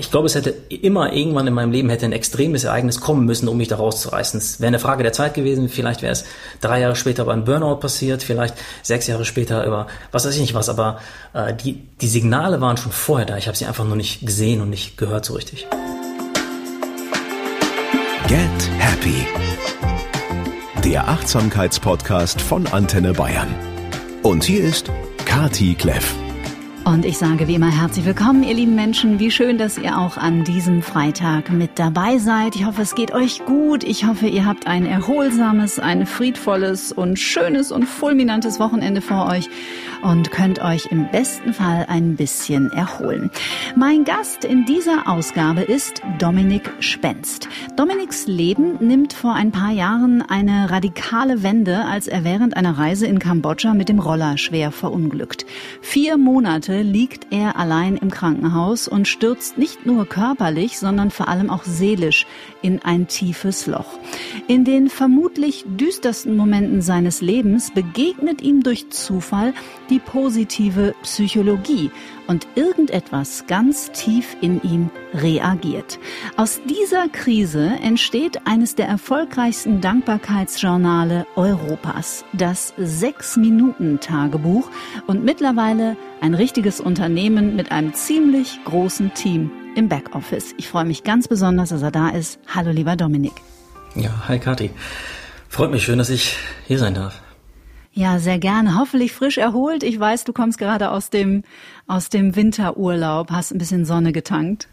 Ich glaube, es hätte immer irgendwann in meinem Leben hätte ein extremes Ereignis kommen müssen, um mich da rauszureißen. Es wäre eine Frage der Zeit gewesen. Vielleicht wäre es 3 Jahre später über einen Burnout passiert, vielleicht 6 Jahre später über was weiß ich nicht was. Aber die Signale waren schon vorher da. Ich habe sie einfach nur nicht gesehen und nicht gehört so richtig. Get Happy. Der Achtsamkeitspodcast von Antenne Bayern. Und hier ist Kati Kleff. Und ich sage wie immer herzlich willkommen, ihr lieben Menschen. Wie schön, dass ihr auch an diesem Freitag mit dabei seid. Ich hoffe, es geht euch gut. Ich hoffe, ihr habt ein erholsames, ein friedvolles und schönes und fulminantes Wochenende vor euch und könnt euch im besten Fall ein bisschen erholen. Mein Gast in dieser Ausgabe ist Dominik Spenst. Dominiks Leben nimmt vor ein paar Jahren eine radikale Wende, als er während einer Reise in Kambodscha mit dem Roller schwer verunglückt. 4 Monate liegt er allein im Krankenhaus und stürzt nicht nur körperlich, sondern vor allem auch seelisch in ein tiefes Loch. In den vermutlich düstersten Momenten seines Lebens begegnet ihm durch Zufall die positive Psychologie und irgendetwas ganz tief in ihm reagiert. Aus dieser Krise entsteht eines der erfolgreichsten Dankbarkeitsjournale Europas, das 6-Minuten-Tagebuch und mittlerweile ein richtiges Unternehmen mit einem ziemlich großen Team im Backoffice. Ich freue mich ganz besonders, dass er da ist. Hallo, lieber Dominik. Ja, hi Kathi. Freut mich schön, dass ich hier sein darf. Ja, sehr gerne. Hoffentlich frisch erholt. Ich weiß, du kommst gerade aus dem Winterurlaub, hast ein bisschen Sonne getankt.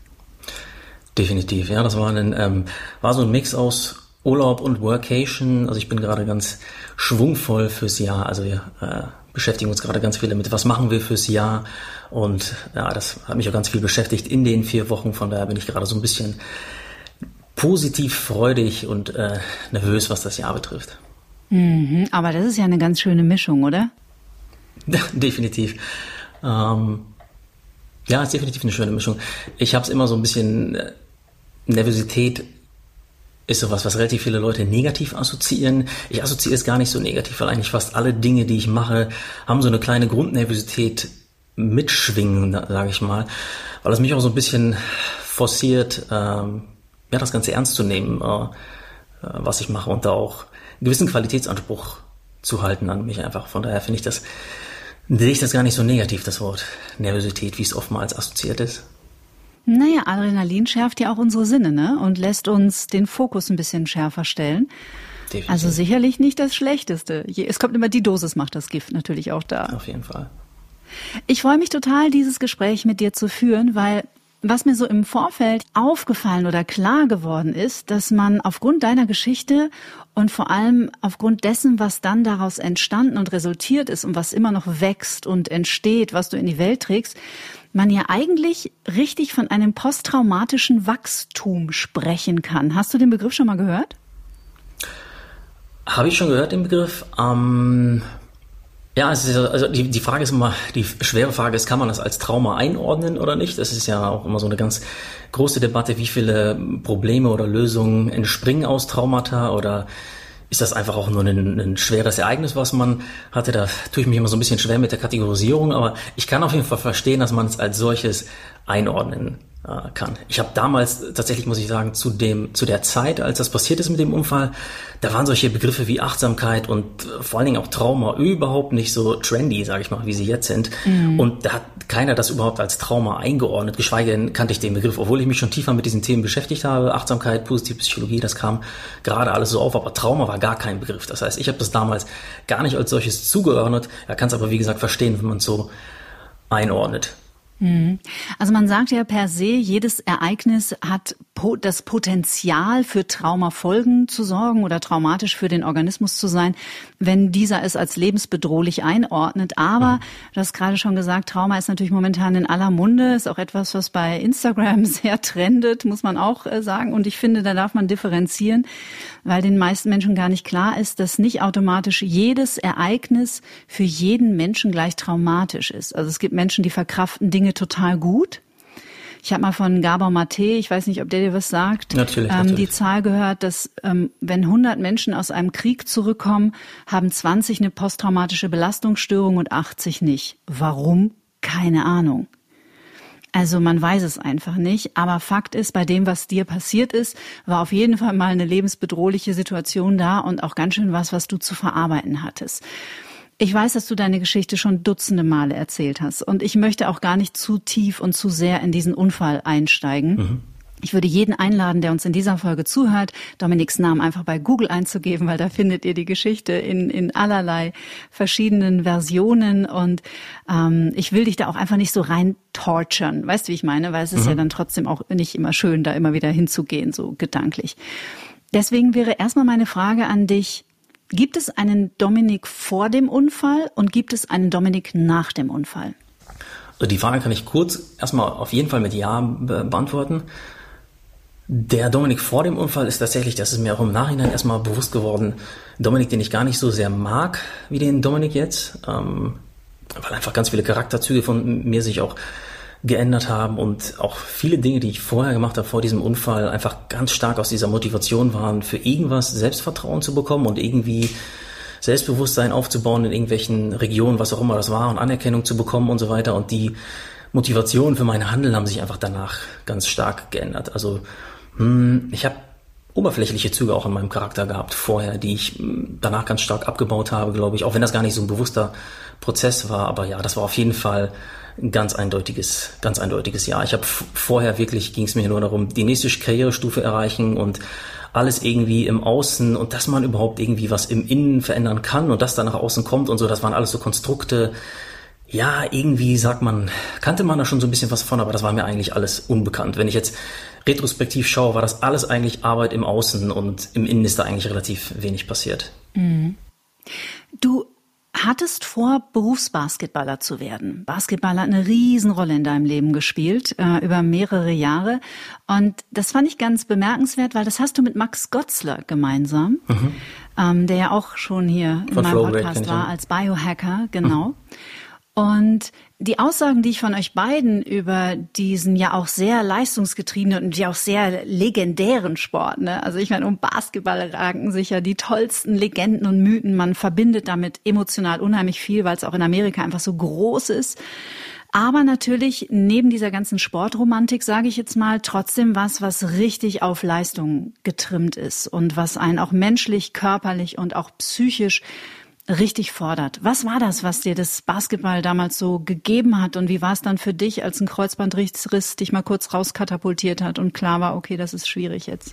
Definitiv, ja, das war so ein Mix aus Urlaub und Workation. Also ich bin gerade ganz schwungvoll fürs Jahr. Also wir beschäftigen uns gerade ganz viel damit, was machen wir fürs Jahr. Und ja, das hat mich auch ganz viel beschäftigt in den 4 Wochen. Von daher bin ich gerade so ein bisschen positiv freudig und nervös, was das Jahr betrifft. Aber das ist ja eine ganz schöne Mischung, oder? Definitiv. Ja, ist definitiv eine schöne Mischung. Ich habe es immer so ein bisschen, Nervosität ist sowas, was relativ viele Leute negativ assoziieren. Ich assoziiere es gar nicht so negativ, weil eigentlich fast alle Dinge, die ich mache, haben so eine kleine Grundnervosität mitschwingen, sage ich mal. Weil es mich auch so ein bisschen forciert, das Ganze ernst zu nehmen, was ich mache und da auch einen gewissen Qualitätsanspruch zu halten an mich einfach. Von daher sehe ich das gar nicht so negativ, das Wort Nervosität, wie es oftmals assoziiert ist. Naja, Adrenalin schärft ja auch unsere Sinne, ne? Und lässt uns den Fokus ein bisschen schärfer stellen. Definitiv. Also sicherlich nicht das Schlechteste. Es kommt immer, die Dosis macht das Gift natürlich auch da. Auf jeden Fall. Ich freue mich total, dieses Gespräch mit dir zu führen, weil was mir so im Vorfeld aufgefallen oder klar geworden ist, dass man aufgrund deiner Geschichte und vor allem aufgrund dessen, was dann daraus entstanden und resultiert ist und was immer noch wächst und entsteht, was du in die Welt trägst, man ja eigentlich richtig von einem posttraumatischen Wachstum sprechen kann. Hast du den Begriff schon mal gehört? Habe ich schon gehört, den Begriff. Ja, also die Frage ist immer, die schwere Frage ist, kann man das als Trauma einordnen oder nicht? Das ist ja auch immer so eine ganz große Debatte, wie viele Probleme oder Lösungen entspringen aus Traumata oder ist das einfach auch nur ein schweres Ereignis, was man hatte? Da tue ich mich immer so ein bisschen schwer mit der Kategorisierung, aber ich kann auf jeden Fall verstehen, dass man es als solches einordnen kann. Ich habe damals tatsächlich, muss ich sagen, zu der Zeit, als das passiert ist mit dem Unfall, da waren solche Begriffe wie Achtsamkeit und vor allen Dingen auch Trauma überhaupt nicht so trendy, sage ich mal, wie sie jetzt sind. Und da hat keiner das überhaupt als Trauma eingeordnet, geschweige denn kannte ich den Begriff, obwohl ich mich schon tiefer mit diesen Themen beschäftigt habe. Achtsamkeit, positive Psychologie, das kam gerade alles so auf, aber Trauma war gar kein Begriff. Das heißt, ich habe das damals gar nicht als solches zugeordnet. Er kann es aber, wie gesagt, verstehen, wenn man es so einordnet. Also man sagt ja per se, jedes Ereignis hat das Potenzial für Traumafolgen zu sorgen oder traumatisch für den Organismus zu sein, wenn dieser es als lebensbedrohlich einordnet. Aber du hast gerade schon gesagt, Trauma ist natürlich momentan in aller Munde, ist auch etwas, was bei Instagram sehr trendet, muss man auch sagen. Und ich finde, da darf man differenzieren, weil den meisten Menschen gar nicht klar ist, dass nicht automatisch jedes Ereignis für jeden Menschen gleich traumatisch ist. Also es gibt Menschen, die verkraften Dinge total gut. Ich habe mal von Gabor Mate, ich weiß nicht, ob der dir was sagt, natürlich. Die Zahl gehört, dass wenn 100 Menschen aus einem Krieg zurückkommen, haben 20 eine posttraumatische Belastungsstörung und 80 nicht. Warum? Keine Ahnung. Also man weiß es einfach nicht, aber Fakt ist, bei dem, was dir passiert ist, war auf jeden Fall mal eine lebensbedrohliche Situation da und auch ganz schön was du zu verarbeiten hattest. Ich weiß, dass du deine Geschichte schon dutzende Male erzählt hast und ich möchte auch gar nicht zu tief und zu sehr in diesen Unfall einsteigen. Mhm. Ich würde jeden einladen, der uns in dieser Folge zuhört, Dominiks Namen einfach bei Google einzugeben, weil da findet ihr die Geschichte in allerlei verschiedenen Versionen und ich will dich da auch einfach nicht so rein torturen. Weißt du, wie ich meine? Weil es ist ja dann trotzdem auch nicht immer schön, da immer wieder hinzugehen, so gedanklich. Deswegen wäre erstmal meine Frage an dich, gibt es einen Dominik vor dem Unfall und gibt es einen Dominik nach dem Unfall? Die Frage kann ich kurz erstmal auf jeden Fall mit Ja beantworten. Der Dominik vor dem Unfall ist tatsächlich, das ist mir auch im Nachhinein erstmal bewusst geworden, Dominik, den ich gar nicht so sehr mag wie den Dominik jetzt, weil einfach ganz viele Charakterzüge von mir sich auch geändert haben und auch viele Dinge, die ich vorher gemacht habe vor diesem Unfall, einfach ganz stark aus dieser Motivation waren, für irgendwas Selbstvertrauen zu bekommen und irgendwie Selbstbewusstsein aufzubauen in irgendwelchen Regionen, was auch immer das war, und Anerkennung zu bekommen und so weiter. Und die Motivationen für mein Handeln haben sich einfach danach ganz stark geändert. Also ich habe oberflächliche Züge auch in meinem Charakter gehabt vorher, die ich danach ganz stark abgebaut habe, glaube ich, auch wenn das gar nicht so ein bewusster Prozess war. Aber ja, das war auf jeden Fall ein ganz eindeutiges Ja. Ich habe vorher wirklich, ging es mir nur darum, die nächste Karrierestufe erreichen und alles irgendwie im Außen und dass man überhaupt irgendwie was im Innen verändern kann und das dann nach außen kommt und so, das waren alles so Konstrukte. Ja, irgendwie kannte man da schon so ein bisschen was von, aber das war mir eigentlich alles unbekannt. Wenn ich jetzt retrospektiv schaue, war das alles eigentlich Arbeit im Außen und im Innen ist da eigentlich relativ wenig passiert. Mhm. Du hattest vor, Berufsbasketballer zu werden. Basketball hat eine Riesenrolle in deinem Leben gespielt, über mehrere Jahre. Und das fand ich ganz bemerkenswert, weil das hast du mit Max Gotzler gemeinsam, der ja auch schon hier in meinem Podcast war, als Biohacker, genau. Und die Aussagen, die ich von euch beiden über diesen ja auch sehr leistungsgetriebenen und ja auch sehr legendären Sport, ne? Also ich meine, um Basketball ranken sich ja die tollsten Legenden und Mythen. Man verbindet damit emotional unheimlich viel, weil es auch in Amerika einfach so groß ist. Aber natürlich neben dieser ganzen Sportromantik, sage ich jetzt mal, trotzdem was richtig auf Leistung getrimmt ist und was einen auch menschlich, körperlich und auch psychisch richtig fordert. Was war das, was dir das Basketball damals so gegeben hat und wie war es dann für dich, als ein Kreuzbandriss dich mal kurz rauskatapultiert hat und klar war, okay, das ist schwierig jetzt?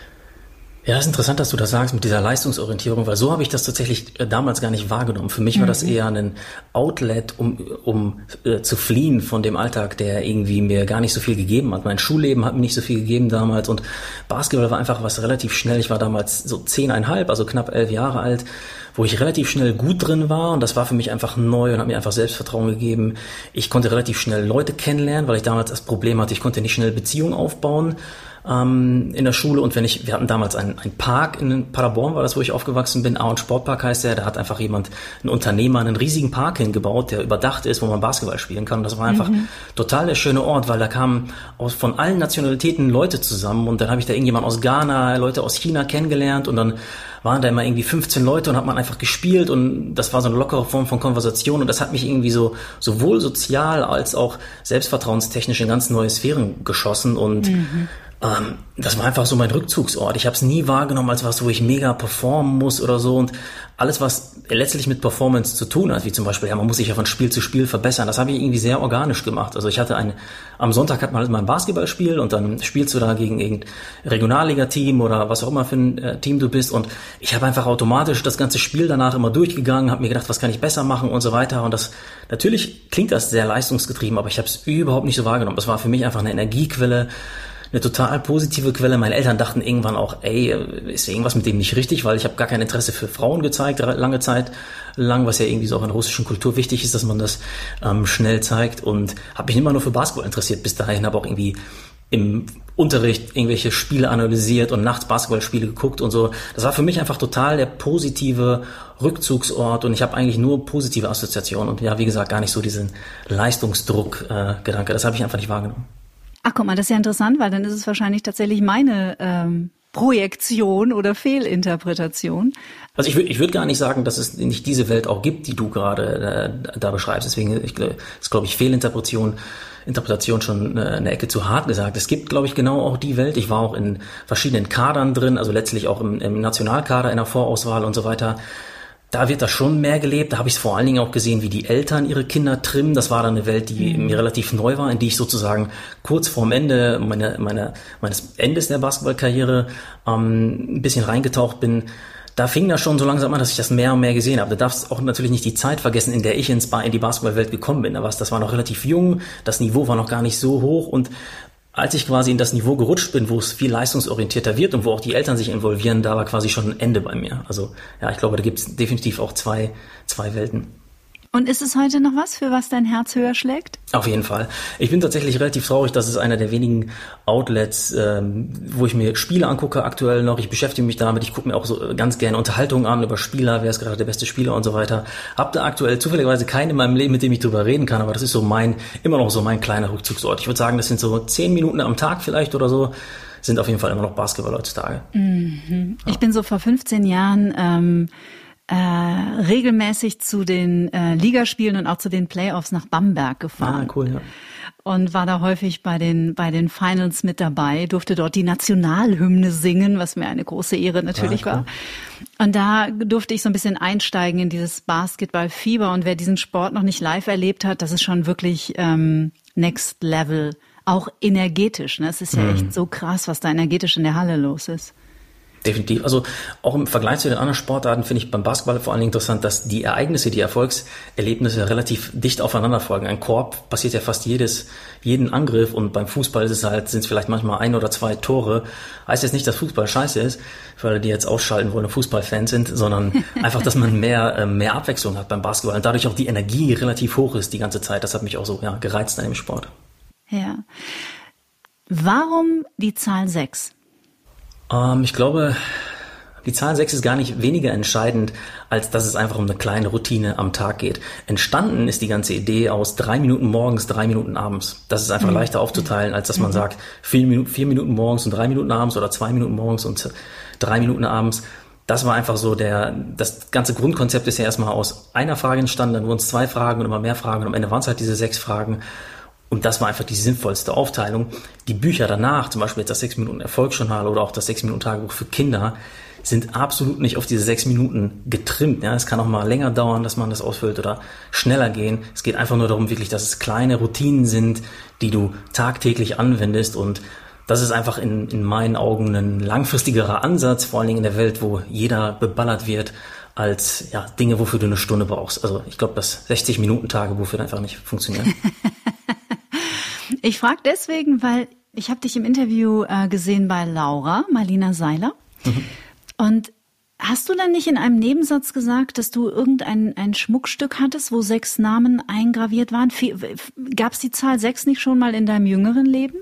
Ja, das ist interessant, dass du das sagst mit dieser Leistungsorientierung, weil so habe ich das tatsächlich damals gar nicht wahrgenommen. Für mich war das eher ein Outlet, um zu fliehen von dem Alltag, der irgendwie mir gar nicht so viel gegeben hat. Mein Schulleben hat mir nicht so viel gegeben damals und Basketball war einfach was relativ schnell. Ich war damals so 10,5, also knapp 11 Jahre alt, wo ich relativ schnell gut drin war und das war für mich einfach neu und hat mir einfach Selbstvertrauen gegeben. Ich konnte relativ schnell Leute kennenlernen, weil ich damals das Problem hatte, ich konnte nicht schnell Beziehungen aufbauen in der Schule und wir hatten damals einen Park in Paderborn, war das, wo ich aufgewachsen bin, Ahorn Sportpark heißt der, da hat einfach ein Unternehmer, einen riesigen Park hingebaut, der überdacht ist, wo man Basketball spielen kann und das war einfach total der schöne Ort, weil da kamen von allen Nationalitäten Leute zusammen und dann habe ich da irgendjemand aus Ghana, Leute aus China kennengelernt und dann waren da immer irgendwie 15 Leute und hat man einfach gespielt und das war so eine lockere Form von Konversation und das hat mich irgendwie so sowohl sozial als auch selbstvertrauenstechnisch in ganz neue Sphären geschossen und das war einfach so mein Rückzugsort. Ich habe es nie wahrgenommen als was, wo ich mega performen muss oder so und alles, was letztlich mit Performance zu tun hat, wie zum Beispiel, ja, man muss sich ja von Spiel zu Spiel verbessern, das habe ich irgendwie sehr organisch gemacht. Also ich hatte am Sonntag hat man halt mal ein Basketballspiel und dann spielst du da gegen irgendein Regionalliga-Team oder was auch immer für ein Team du bist und ich habe einfach automatisch das ganze Spiel danach immer durchgegangen, habe mir gedacht, was kann ich besser machen und so weiter und das, natürlich klingt das sehr leistungsgetrieben, aber ich habe es überhaupt nicht so wahrgenommen. Das war für mich einfach eine Energiequelle, eine total positive Quelle. Meine Eltern dachten irgendwann auch, ist irgendwas mit dem nicht richtig, weil ich habe gar kein Interesse für Frauen gezeigt, lange Zeit lang, was ja irgendwie so auch in der russischen Kultur wichtig ist, dass man das schnell zeigt und habe mich immer nur für Basketball interessiert bis dahin, habe auch irgendwie im Unterricht irgendwelche Spiele analysiert und nachts Basketballspiele geguckt und so. Das war für mich einfach total der positive Rückzugsort und ich habe eigentlich nur positive Assoziationen und ja, wie gesagt, gar nicht so diesen Leistungsdruck-Gedanke. Das habe ich einfach nicht wahrgenommen. Ach, guck mal, das ist ja interessant, weil dann ist es wahrscheinlich tatsächlich meine Projektion oder Fehlinterpretation? Also ich würde gar nicht sagen, dass es nicht diese Welt auch gibt, die du gerade da beschreibst. Deswegen ist, glaube ich, Fehlinterpretation schon eine Ecke zu hart gesagt. Es gibt, glaube ich, genau auch die Welt. Ich war auch in verschiedenen Kadern drin, also letztlich auch im Nationalkader, in der Vorauswahl und so weiter. Da wird das schon mehr gelebt. Da habe ich es vor allen Dingen auch gesehen, wie die Eltern ihre Kinder trimmen. Das war dann eine Welt, die mir relativ neu war, in die ich sozusagen kurz vorm Ende meines Endes der Basketballkarriere ein bisschen reingetaucht bin. Da fing das schon so langsam an, dass ich das mehr und mehr gesehen habe. Da darfst auch natürlich nicht die Zeit vergessen, in der ich in die Basketballwelt gekommen bin. Das war noch relativ jung, das Niveau war noch gar nicht so hoch und als ich quasi in das Niveau gerutscht bin, wo es viel leistungsorientierter wird und wo auch die Eltern sich involvieren, da war quasi schon ein Ende bei mir. Also ja, ich glaube, da gibt es definitiv auch zwei Welten. Und ist es heute noch was, für was dein Herz höher schlägt? Auf jeden Fall. Ich bin tatsächlich relativ traurig, dass es einer der wenigen Outlets, wo ich mir Spiele angucke aktuell noch. Ich beschäftige mich damit, ich gucke mir auch so ganz gerne Unterhaltungen an über Spieler, wer ist gerade der beste Spieler und so weiter. Hab da aktuell zufälligerweise keinen in meinem Leben, mit dem ich drüber reden kann, aber das ist so immer noch so mein kleiner Rückzugsort. Ich würde sagen, das sind so 10 Minuten am Tag vielleicht oder so, sind auf jeden Fall immer noch Basketball heutzutage. Mhm. Ja. Ich bin so vor 15 Jahren regelmäßig zu den Ligaspielen und auch zu den Playoffs nach Bamberg gefahren. Ah, cool, ja. Und war da häufig bei den Finals mit dabei, durfte dort die Nationalhymne singen, was mir eine große Ehre natürlich war. Und da durfte ich so ein bisschen einsteigen in dieses Basketballfieber. Und wer diesen Sport noch nicht live erlebt hat, das ist schon wirklich Next Level, auch energetisch. Ne? Es ist ja echt so krass, was da energetisch in der Halle los ist. Definitiv. Also auch im Vergleich zu den anderen Sportarten finde ich beim Basketball vor allen Dingen interessant, dass die Ereignisse, die Erfolgserlebnisse relativ dicht aufeinander folgen. Ein Korb passiert ja fast jeden Angriff und beim Fußball sind es vielleicht manchmal 1 oder 2 Tore. Heißt jetzt nicht, dass Fußball scheiße ist, für alle, die jetzt ausschalten wollen und Fußballfans sind, sondern einfach, dass man mehr Abwechslung hat beim Basketball und dadurch auch die Energie relativ hoch ist die ganze Zeit. Das hat mich auch so gereizt an dem Sport. Ja. Warum die Zahl 6? Ich glaube, die Zahl 6 ist gar nicht weniger entscheidend, als dass es einfach um eine kleine Routine am Tag geht. Entstanden ist die ganze Idee aus 3 Minuten morgens, 3 Minuten abends. Das ist einfach leichter aufzuteilen, als dass man sagt, 4 Minuten morgens und 3 Minuten abends oder 2 Minuten morgens und 3 Minuten abends. Das war einfach so das ganze Grundkonzept ist ja erstmal aus einer Frage entstanden, dann wurden es 2 Fragen und immer mehr Fragen und am Ende waren es halt diese 6 Fragen. Und das war einfach die sinnvollste Aufteilung. Die Bücher danach, zum Beispiel jetzt das 6-Minuten-Erfolgsjournal oder auch das 6-Minuten-Tagebuch für Kinder, sind absolut nicht auf diese 6 Minuten getrimmt. Ja, es kann auch mal länger dauern, dass man das ausfüllt oder schneller gehen. Es geht einfach nur darum, wirklich, dass es kleine Routinen sind, die du tagtäglich anwendest. Und das ist einfach in meinen Augen ein langfristigerer Ansatz, vor allen Dingen in der Welt, wo jeder beballert wird, als Dinge, wofür du eine Stunde brauchst. Also ich glaube, das 60-Minuten-Tagebuch wird einfach nicht funktionieren. Ich frage deswegen, weil ich habe dich im Interview gesehen bei Marlina Seiler. Mhm. Und hast du dann nicht in einem Nebensatz gesagt, dass du ein Schmuckstück hattest, wo 6 Namen eingraviert waren? Gab es die Zahl 6 nicht schon mal in deinem jüngeren Leben?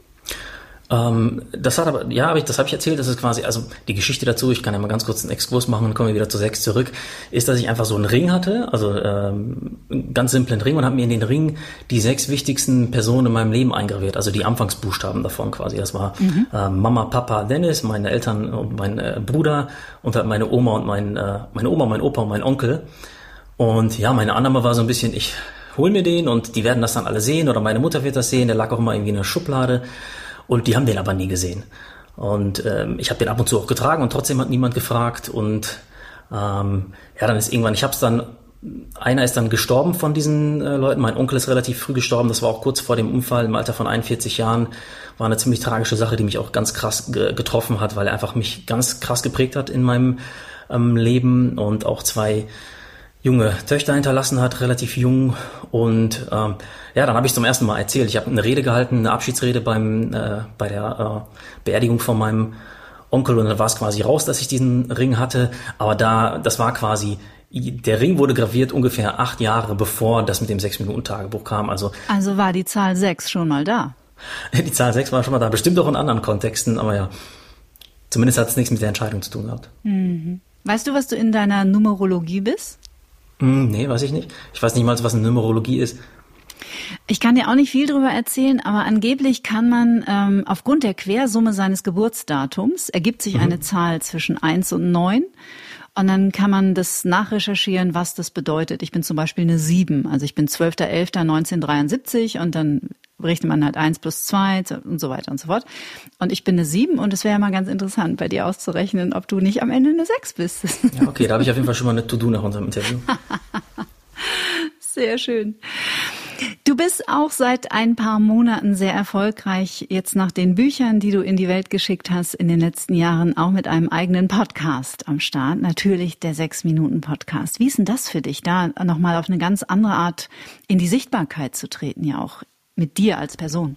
Das habe ich erzählt, das ist quasi, also die Geschichte dazu, ich kann ja mal ganz kurz einen Exkurs machen und komme wieder zu 6 zurück, ist, dass ich einfach so einen Ring hatte, also einen ganz simplen Ring und habe mir in den Ring die 6 wichtigsten Personen in meinem Leben eingraviert, also die Anfangsbuchstaben davon quasi. Das war Mama, Papa, Dennis, meine Eltern und mein Bruder und halt meine Oma und meine Oma, mein Opa und mein Onkel. Und ja, meine Annahme war so ein bisschen, ich hol mir den und die werden das dann alle sehen oder meine Mutter wird das sehen, der lag auch immer irgendwie in der Schublade. Und die haben den aber nie gesehen. Und ich habe den ab und zu auch getragen und trotzdem hat niemand gefragt. Und dann ist irgendwann, einer ist dann gestorben von diesen Leuten. Mein Onkel ist relativ früh gestorben. Das war auch kurz vor dem Unfall im Alter von 41 Jahren. War eine ziemlich tragische Sache, die mich auch ganz krass getroffen hat, weil er einfach mich ganz krass geprägt hat in meinem Leben und auch 2 junge Töchter hinterlassen hat, relativ jung. Und dann habe ich zum ersten Mal erzählt. Ich habe eine Rede gehalten, eine Abschiedsrede bei der Beerdigung von meinem Onkel. Und dann war es quasi raus, dass ich diesen Ring hatte. Aber das war quasi, der Ring wurde graviert ungefähr 8 Jahre, bevor das mit dem 6-Minuten-Tagebuch kam. Also war die Zahl 6 schon mal da? Die Zahl 6 war schon mal da, bestimmt auch in anderen Kontexten. Aber ja, zumindest hat es nichts mit der Entscheidung zu tun gehabt. Mhm. Weißt du, was du in deiner Numerologie bist? Nee, weiß ich nicht. Ich weiß nicht mal, was eine Numerologie ist. Ich kann dir auch nicht viel drüber erzählen, aber angeblich kann man aufgrund der Quersumme seines Geburtsdatums ergibt sich eine Zahl zwischen 1 und 9 und dann kann man das nachrecherchieren, was das bedeutet. Ich bin zum Beispiel eine 7, also ich bin 12.11.1973 und dann rechnet man halt 1 plus 2 und so weiter und so fort. Und ich bin eine 7 und es wäre ja mal ganz interessant, bei dir auszurechnen, ob du nicht am Ende eine 6 bist. Ja, okay, da habe ich auf jeden Fall schon mal eine To-Do nach unserem Interview. Sehr schön. Du bist auch seit ein paar Monaten sehr erfolgreich, jetzt nach den Büchern, die du in die Welt geschickt hast, in den letzten Jahren auch mit einem eigenen Podcast am Start. Natürlich der 6-Minuten-Podcast. Wie ist denn das für dich, da nochmal auf eine ganz andere Art in die Sichtbarkeit zu treten, ja auch mit dir als Person?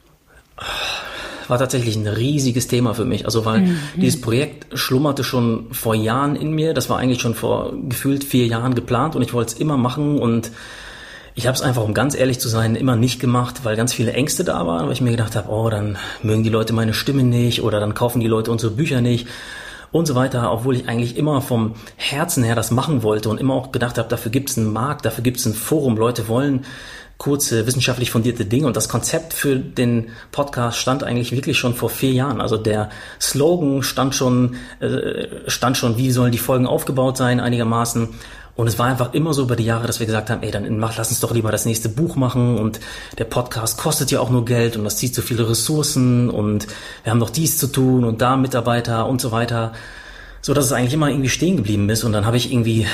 War tatsächlich ein riesiges Thema für mich. Also weil dieses Projekt schlummerte schon vor Jahren in mir. Das war eigentlich schon vor gefühlt 4 Jahren geplant und ich wollte es immer machen und ich habe es einfach, um ganz ehrlich zu sein, immer nicht gemacht, weil ganz viele Ängste da waren, weil ich mir gedacht habe, oh, dann mögen die Leute meine Stimme nicht oder dann kaufen die Leute unsere Bücher nicht und so weiter, obwohl ich eigentlich immer vom Herzen her das machen wollte und immer auch gedacht habe, dafür gibt es einen Markt, dafür gibt es ein Forum, Leute wollen kurze, wissenschaftlich fundierte Dinge und das Konzept für den Podcast stand eigentlich wirklich schon vor 4 Jahren. Also der Slogan stand schon, wie sollen die Folgen aufgebaut sein einigermaßen. Und es war einfach immer so über die Jahre, dass wir gesagt haben, ey, dann lass uns doch lieber das nächste Buch machen und der Podcast kostet ja auch nur Geld und das zieht so viele Ressourcen und wir haben noch dies zu tun und da Mitarbeiter und so weiter, so dass es eigentlich immer irgendwie stehen geblieben ist. Und dann habe ich irgendwie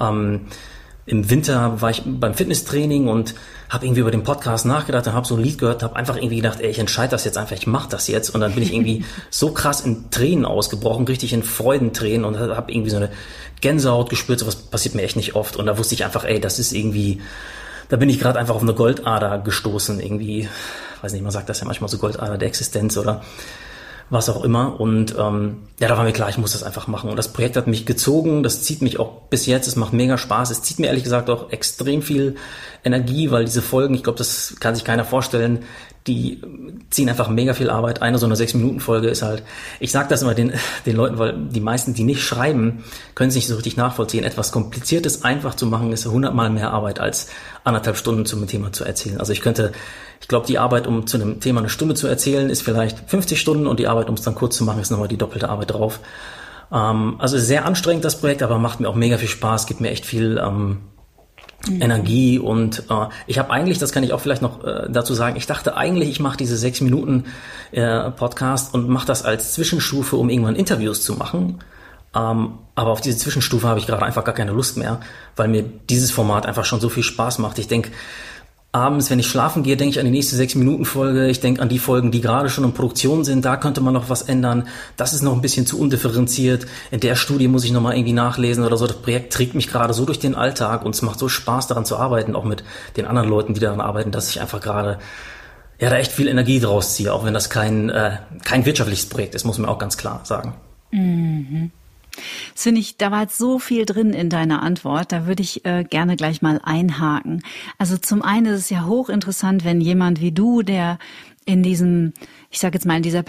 im Winter war ich beim Fitnesstraining und habe irgendwie über den Podcast nachgedacht und habe so ein Lied gehört, habe einfach irgendwie gedacht, ey, ich entscheide das jetzt einfach, ich mache das jetzt. Und dann bin ich irgendwie so krass in Tränen ausgebrochen, richtig in Freudentränen und habe irgendwie so eine Gänsehaut gespürt, sowas passiert mir echt nicht oft. Und da wusste ich einfach, ey, das ist irgendwie, da bin ich gerade einfach auf eine Goldader gestoßen, irgendwie, weiß nicht, man sagt das ja manchmal so Goldader der Existenz oder was auch immer. Und ja, da war mir klar, ich muss das einfach machen. Und das Projekt hat mich gezogen, das zieht mich auch bis jetzt, es macht mega Spaß. Es zieht mir ehrlich gesagt auch extrem viel Energie, weil diese Folgen, ich glaube, das kann sich keiner vorstellen, die ziehen einfach mega viel Arbeit. Eine so eine 6-Minuten-Folge ist halt, ich sage das immer den Leuten, weil die meisten, die nicht schreiben, können es nicht so richtig nachvollziehen. Etwas Kompliziertes einfach zu machen, ist 100-mal mehr Arbeit als 1,5 Stunden zum Thema zu erzählen. Also ich glaube, die Arbeit, um zu einem Thema eine Stunde zu erzählen, ist vielleicht 50 Stunden und die Arbeit, um es dann kurz zu machen, ist nochmal die doppelte Arbeit drauf. Also sehr anstrengend das Projekt, aber macht mir auch mega viel Spaß, gibt mir echt viel Energie und ich habe eigentlich, das kann ich auch vielleicht noch dazu sagen, ich dachte eigentlich, ich mache diese 6 Minuten Podcast und mache das als Zwischenstufe, um irgendwann Interviews zu machen. Aber auf diese Zwischenstufe habe ich gerade einfach gar keine Lust mehr, weil mir dieses Format einfach schon so viel Spaß macht. Ich denke, abends, wenn ich schlafen gehe, denke ich an die nächste 6-Minuten-Folge. Ich denke an die Folgen, die gerade schon in Produktion sind. Da könnte man noch was ändern. Das ist noch ein bisschen zu undifferenziert. In der Studie muss ich nochmal irgendwie nachlesen oder so. Das Projekt trägt mich gerade so durch den Alltag und es macht so Spaß, daran zu arbeiten, auch mit den anderen Leuten, die daran arbeiten, dass ich einfach gerade da echt viel Energie draus ziehe, auch wenn das kein wirtschaftliches Projekt ist, muss man auch ganz klar sagen. Mhm. Das finde ich, da war jetzt so viel drin in deiner Antwort, da würde ich gerne gleich mal einhaken. Also zum einen ist es ja hochinteressant, wenn jemand wie du, der in diesem, ich sage jetzt mal, in dieser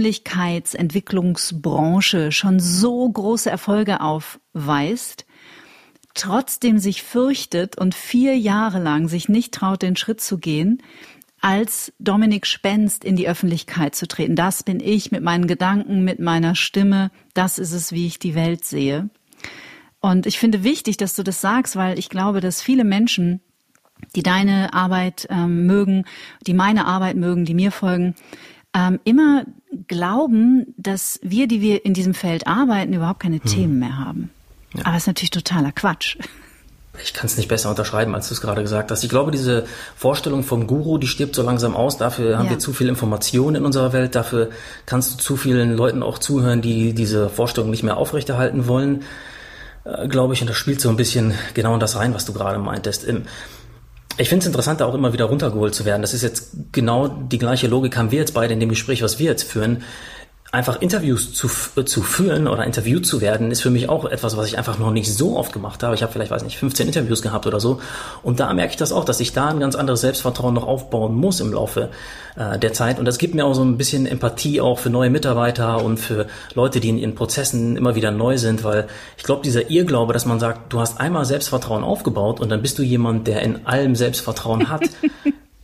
Persönlichkeitsentwicklungsbranche schon so große Erfolge aufweist, trotzdem sich fürchtet und 4 Jahre lang sich nicht traut, den Schritt zu gehen, als Dominik Spenst in die Öffentlichkeit zu treten. Das bin ich mit meinen Gedanken, mit meiner Stimme. Das ist es, wie ich die Welt sehe. Und ich finde wichtig, dass du das sagst, weil ich glaube, dass viele Menschen, die deine Arbeit mögen, die meine Arbeit mögen, die mir folgen, immer glauben, dass wir, die wir in diesem Feld arbeiten, überhaupt keine Themen mehr haben. Ja. Aber es ist natürlich totaler Quatsch. Ich kann es nicht besser unterschreiben, als du es gerade gesagt hast. Ich glaube, diese Vorstellung vom Guru, die stirbt so langsam aus. Dafür haben wir zu viel Information in unserer Welt. Dafür kannst du zu vielen Leuten auch zuhören, die diese Vorstellung nicht mehr aufrechterhalten wollen, glaube ich. Und das spielt so ein bisschen genau in das rein, was du gerade meintest. Ich finde es interessant, da auch immer wieder runtergeholt zu werden. Das ist jetzt genau die gleiche Logik, haben wir jetzt beide in dem Gespräch, was wir jetzt führen. Einfach Interviews zu führen oder interviewt zu werden, ist für mich auch etwas, was ich einfach noch nicht so oft gemacht habe. Ich habe vielleicht, 15 Interviews gehabt oder so. Und da merke ich das auch, dass ich da ein ganz anderes Selbstvertrauen noch aufbauen muss im Laufe der Zeit. Und das gibt mir auch so ein bisschen Empathie auch für neue Mitarbeiter und für Leute, die in ihren Prozessen immer wieder neu sind. Weil ich glaube, dieser Irrglaube, dass man sagt, du hast einmal Selbstvertrauen aufgebaut und dann bist du jemand, der in allem Selbstvertrauen hat,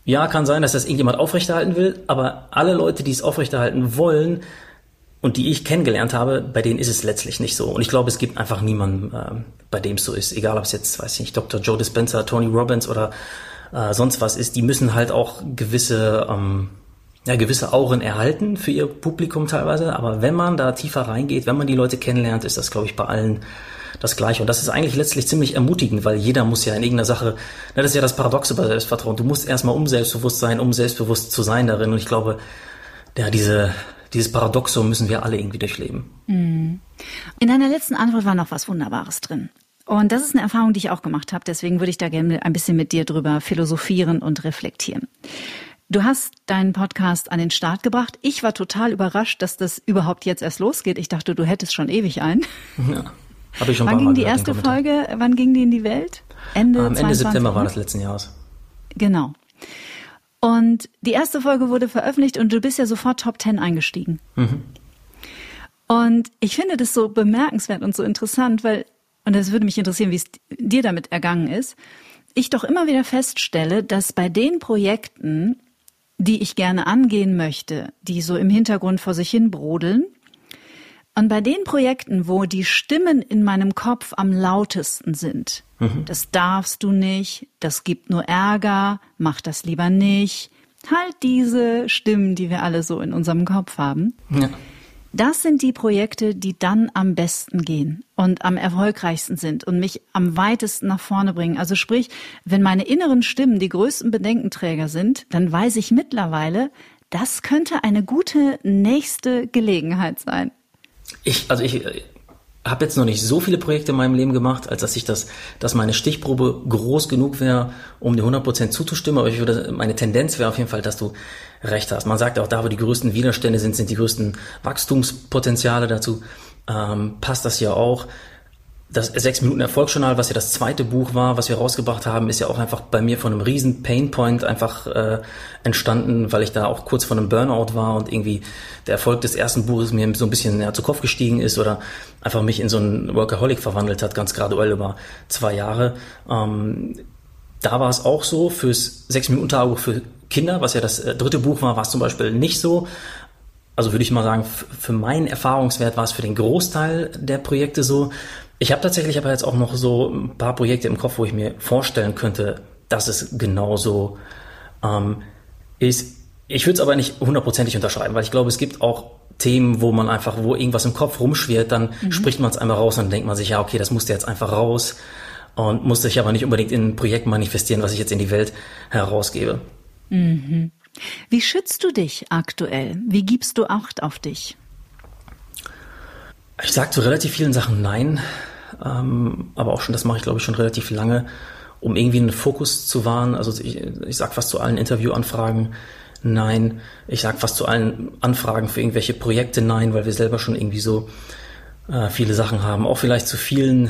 Ja, kann sein, dass das irgendjemand aufrechterhalten will, aber alle Leute, die es aufrechterhalten wollen und die ich kennengelernt habe, bei denen ist es letztlich nicht so. Und ich glaube, es gibt einfach niemanden, bei dem es so ist. Egal, ob es jetzt, weiß ich nicht, Dr. Joe Dispenza, Tony Robbins oder sonst was ist. Die müssen halt auch gewisse Auren erhalten für ihr Publikum teilweise. Aber wenn man da tiefer reingeht, wenn man die Leute kennenlernt, ist das, glaube ich, bei allen das Gleiche. Und das ist eigentlich letztlich ziemlich ermutigend, weil jeder muss ja in irgendeiner Sache, das ist ja das Paradoxe bei Selbstvertrauen, du musst erstmal um selbstbewusst sein, um selbstbewusst zu sein darin. Und ich glaube, ja, dieses Paradoxum müssen wir alle irgendwie durchleben. In deiner letzten Antwort war noch was Wunderbares drin. Und das ist eine Erfahrung, die ich auch gemacht habe. Deswegen würde ich da gerne ein bisschen mit dir drüber philosophieren und reflektieren. Du hast deinen Podcast an den Start gebracht. Ich war total überrascht, dass das überhaupt jetzt erst losgeht. Ich dachte, du hättest schon ewig einen. Ja. Habe ich schon Wann ging die erste Folge? Wann ging die in die Welt? Ende September war das letzten Jahres. Genau. Und die erste Folge wurde veröffentlicht und du bist ja sofort Top 10 eingestiegen. Und ich finde das so bemerkenswert und so interessant, weil, und das würde mich interessieren, wie es dir damit ergangen ist, ich doch immer wieder feststelle, dass bei den Projekten, die ich gerne angehen möchte, die so im Hintergrund vor sich hin brodeln, und bei den Projekten, wo die Stimmen in meinem Kopf am lautesten sind, das darfst du nicht, das gibt nur Ärger, mach das lieber nicht, halt diese Stimmen, die wir alle so in unserem Kopf haben. Ja. Das sind die Projekte, die dann am besten gehen und am erfolgreichsten sind und mich am weitesten nach vorne bringen. Also sprich, wenn meine inneren Stimmen die größten Bedenkenträger sind, dann weiß ich mittlerweile, das könnte eine gute nächste Gelegenheit sein. Ich habe jetzt noch nicht so viele Projekte in meinem Leben gemacht, als dass meine Stichprobe groß genug wäre, um dir 100% zuzustimmen. Aber meine Tendenz wäre auf jeden Fall, dass du recht hast. Man sagt auch, da wo die größten Widerstände sind die größten Wachstumspotenziale. Dazu passt das ja auch. Das 6-Minuten-Erfolgsjournal, was ja das zweite Buch war, was wir rausgebracht haben, ist ja auch einfach bei mir von einem riesen Painpoint einfach entstanden, weil ich da auch kurz vor einem Burnout war und irgendwie der Erfolg des ersten Buches mir so ein bisschen zu Kopf gestiegen ist oder einfach mich in so einen Workaholic verwandelt hat, ganz graduell über 2 Jahre. Da war es auch so, fürs 6-Minuten-Tagebuch für Kinder, was ja das dritte Buch war es zum Beispiel nicht so. Also würde ich mal sagen, für meinen Erfahrungswert war es für den Großteil der Projekte so. Ich habe tatsächlich aber jetzt auch noch so ein paar Projekte im Kopf, wo ich mir vorstellen könnte, dass es genauso ist. Ich würde es aber nicht 100%ig unterschreiben, weil ich glaube, es gibt auch Themen, wo irgendwas im Kopf rumschwirrt, dann spricht man es einmal raus und dann denkt man sich, ja, okay, das musste jetzt einfach raus und muss sich aber nicht unbedingt in ein Projekt manifestieren, was ich jetzt in die Welt herausgebe. Mhm. Wie schützt du dich aktuell? Wie gibst du Acht auf dich? Ich sage zu relativ vielen Sachen nein, aber auch schon, das mache ich glaube ich schon relativ lange, um irgendwie einen Fokus zu wahren. Also ich sage fast zu allen Interviewanfragen nein, ich sage fast zu allen Anfragen für irgendwelche Projekte nein, weil wir selber schon irgendwie so viele Sachen haben. Auch vielleicht zu vielen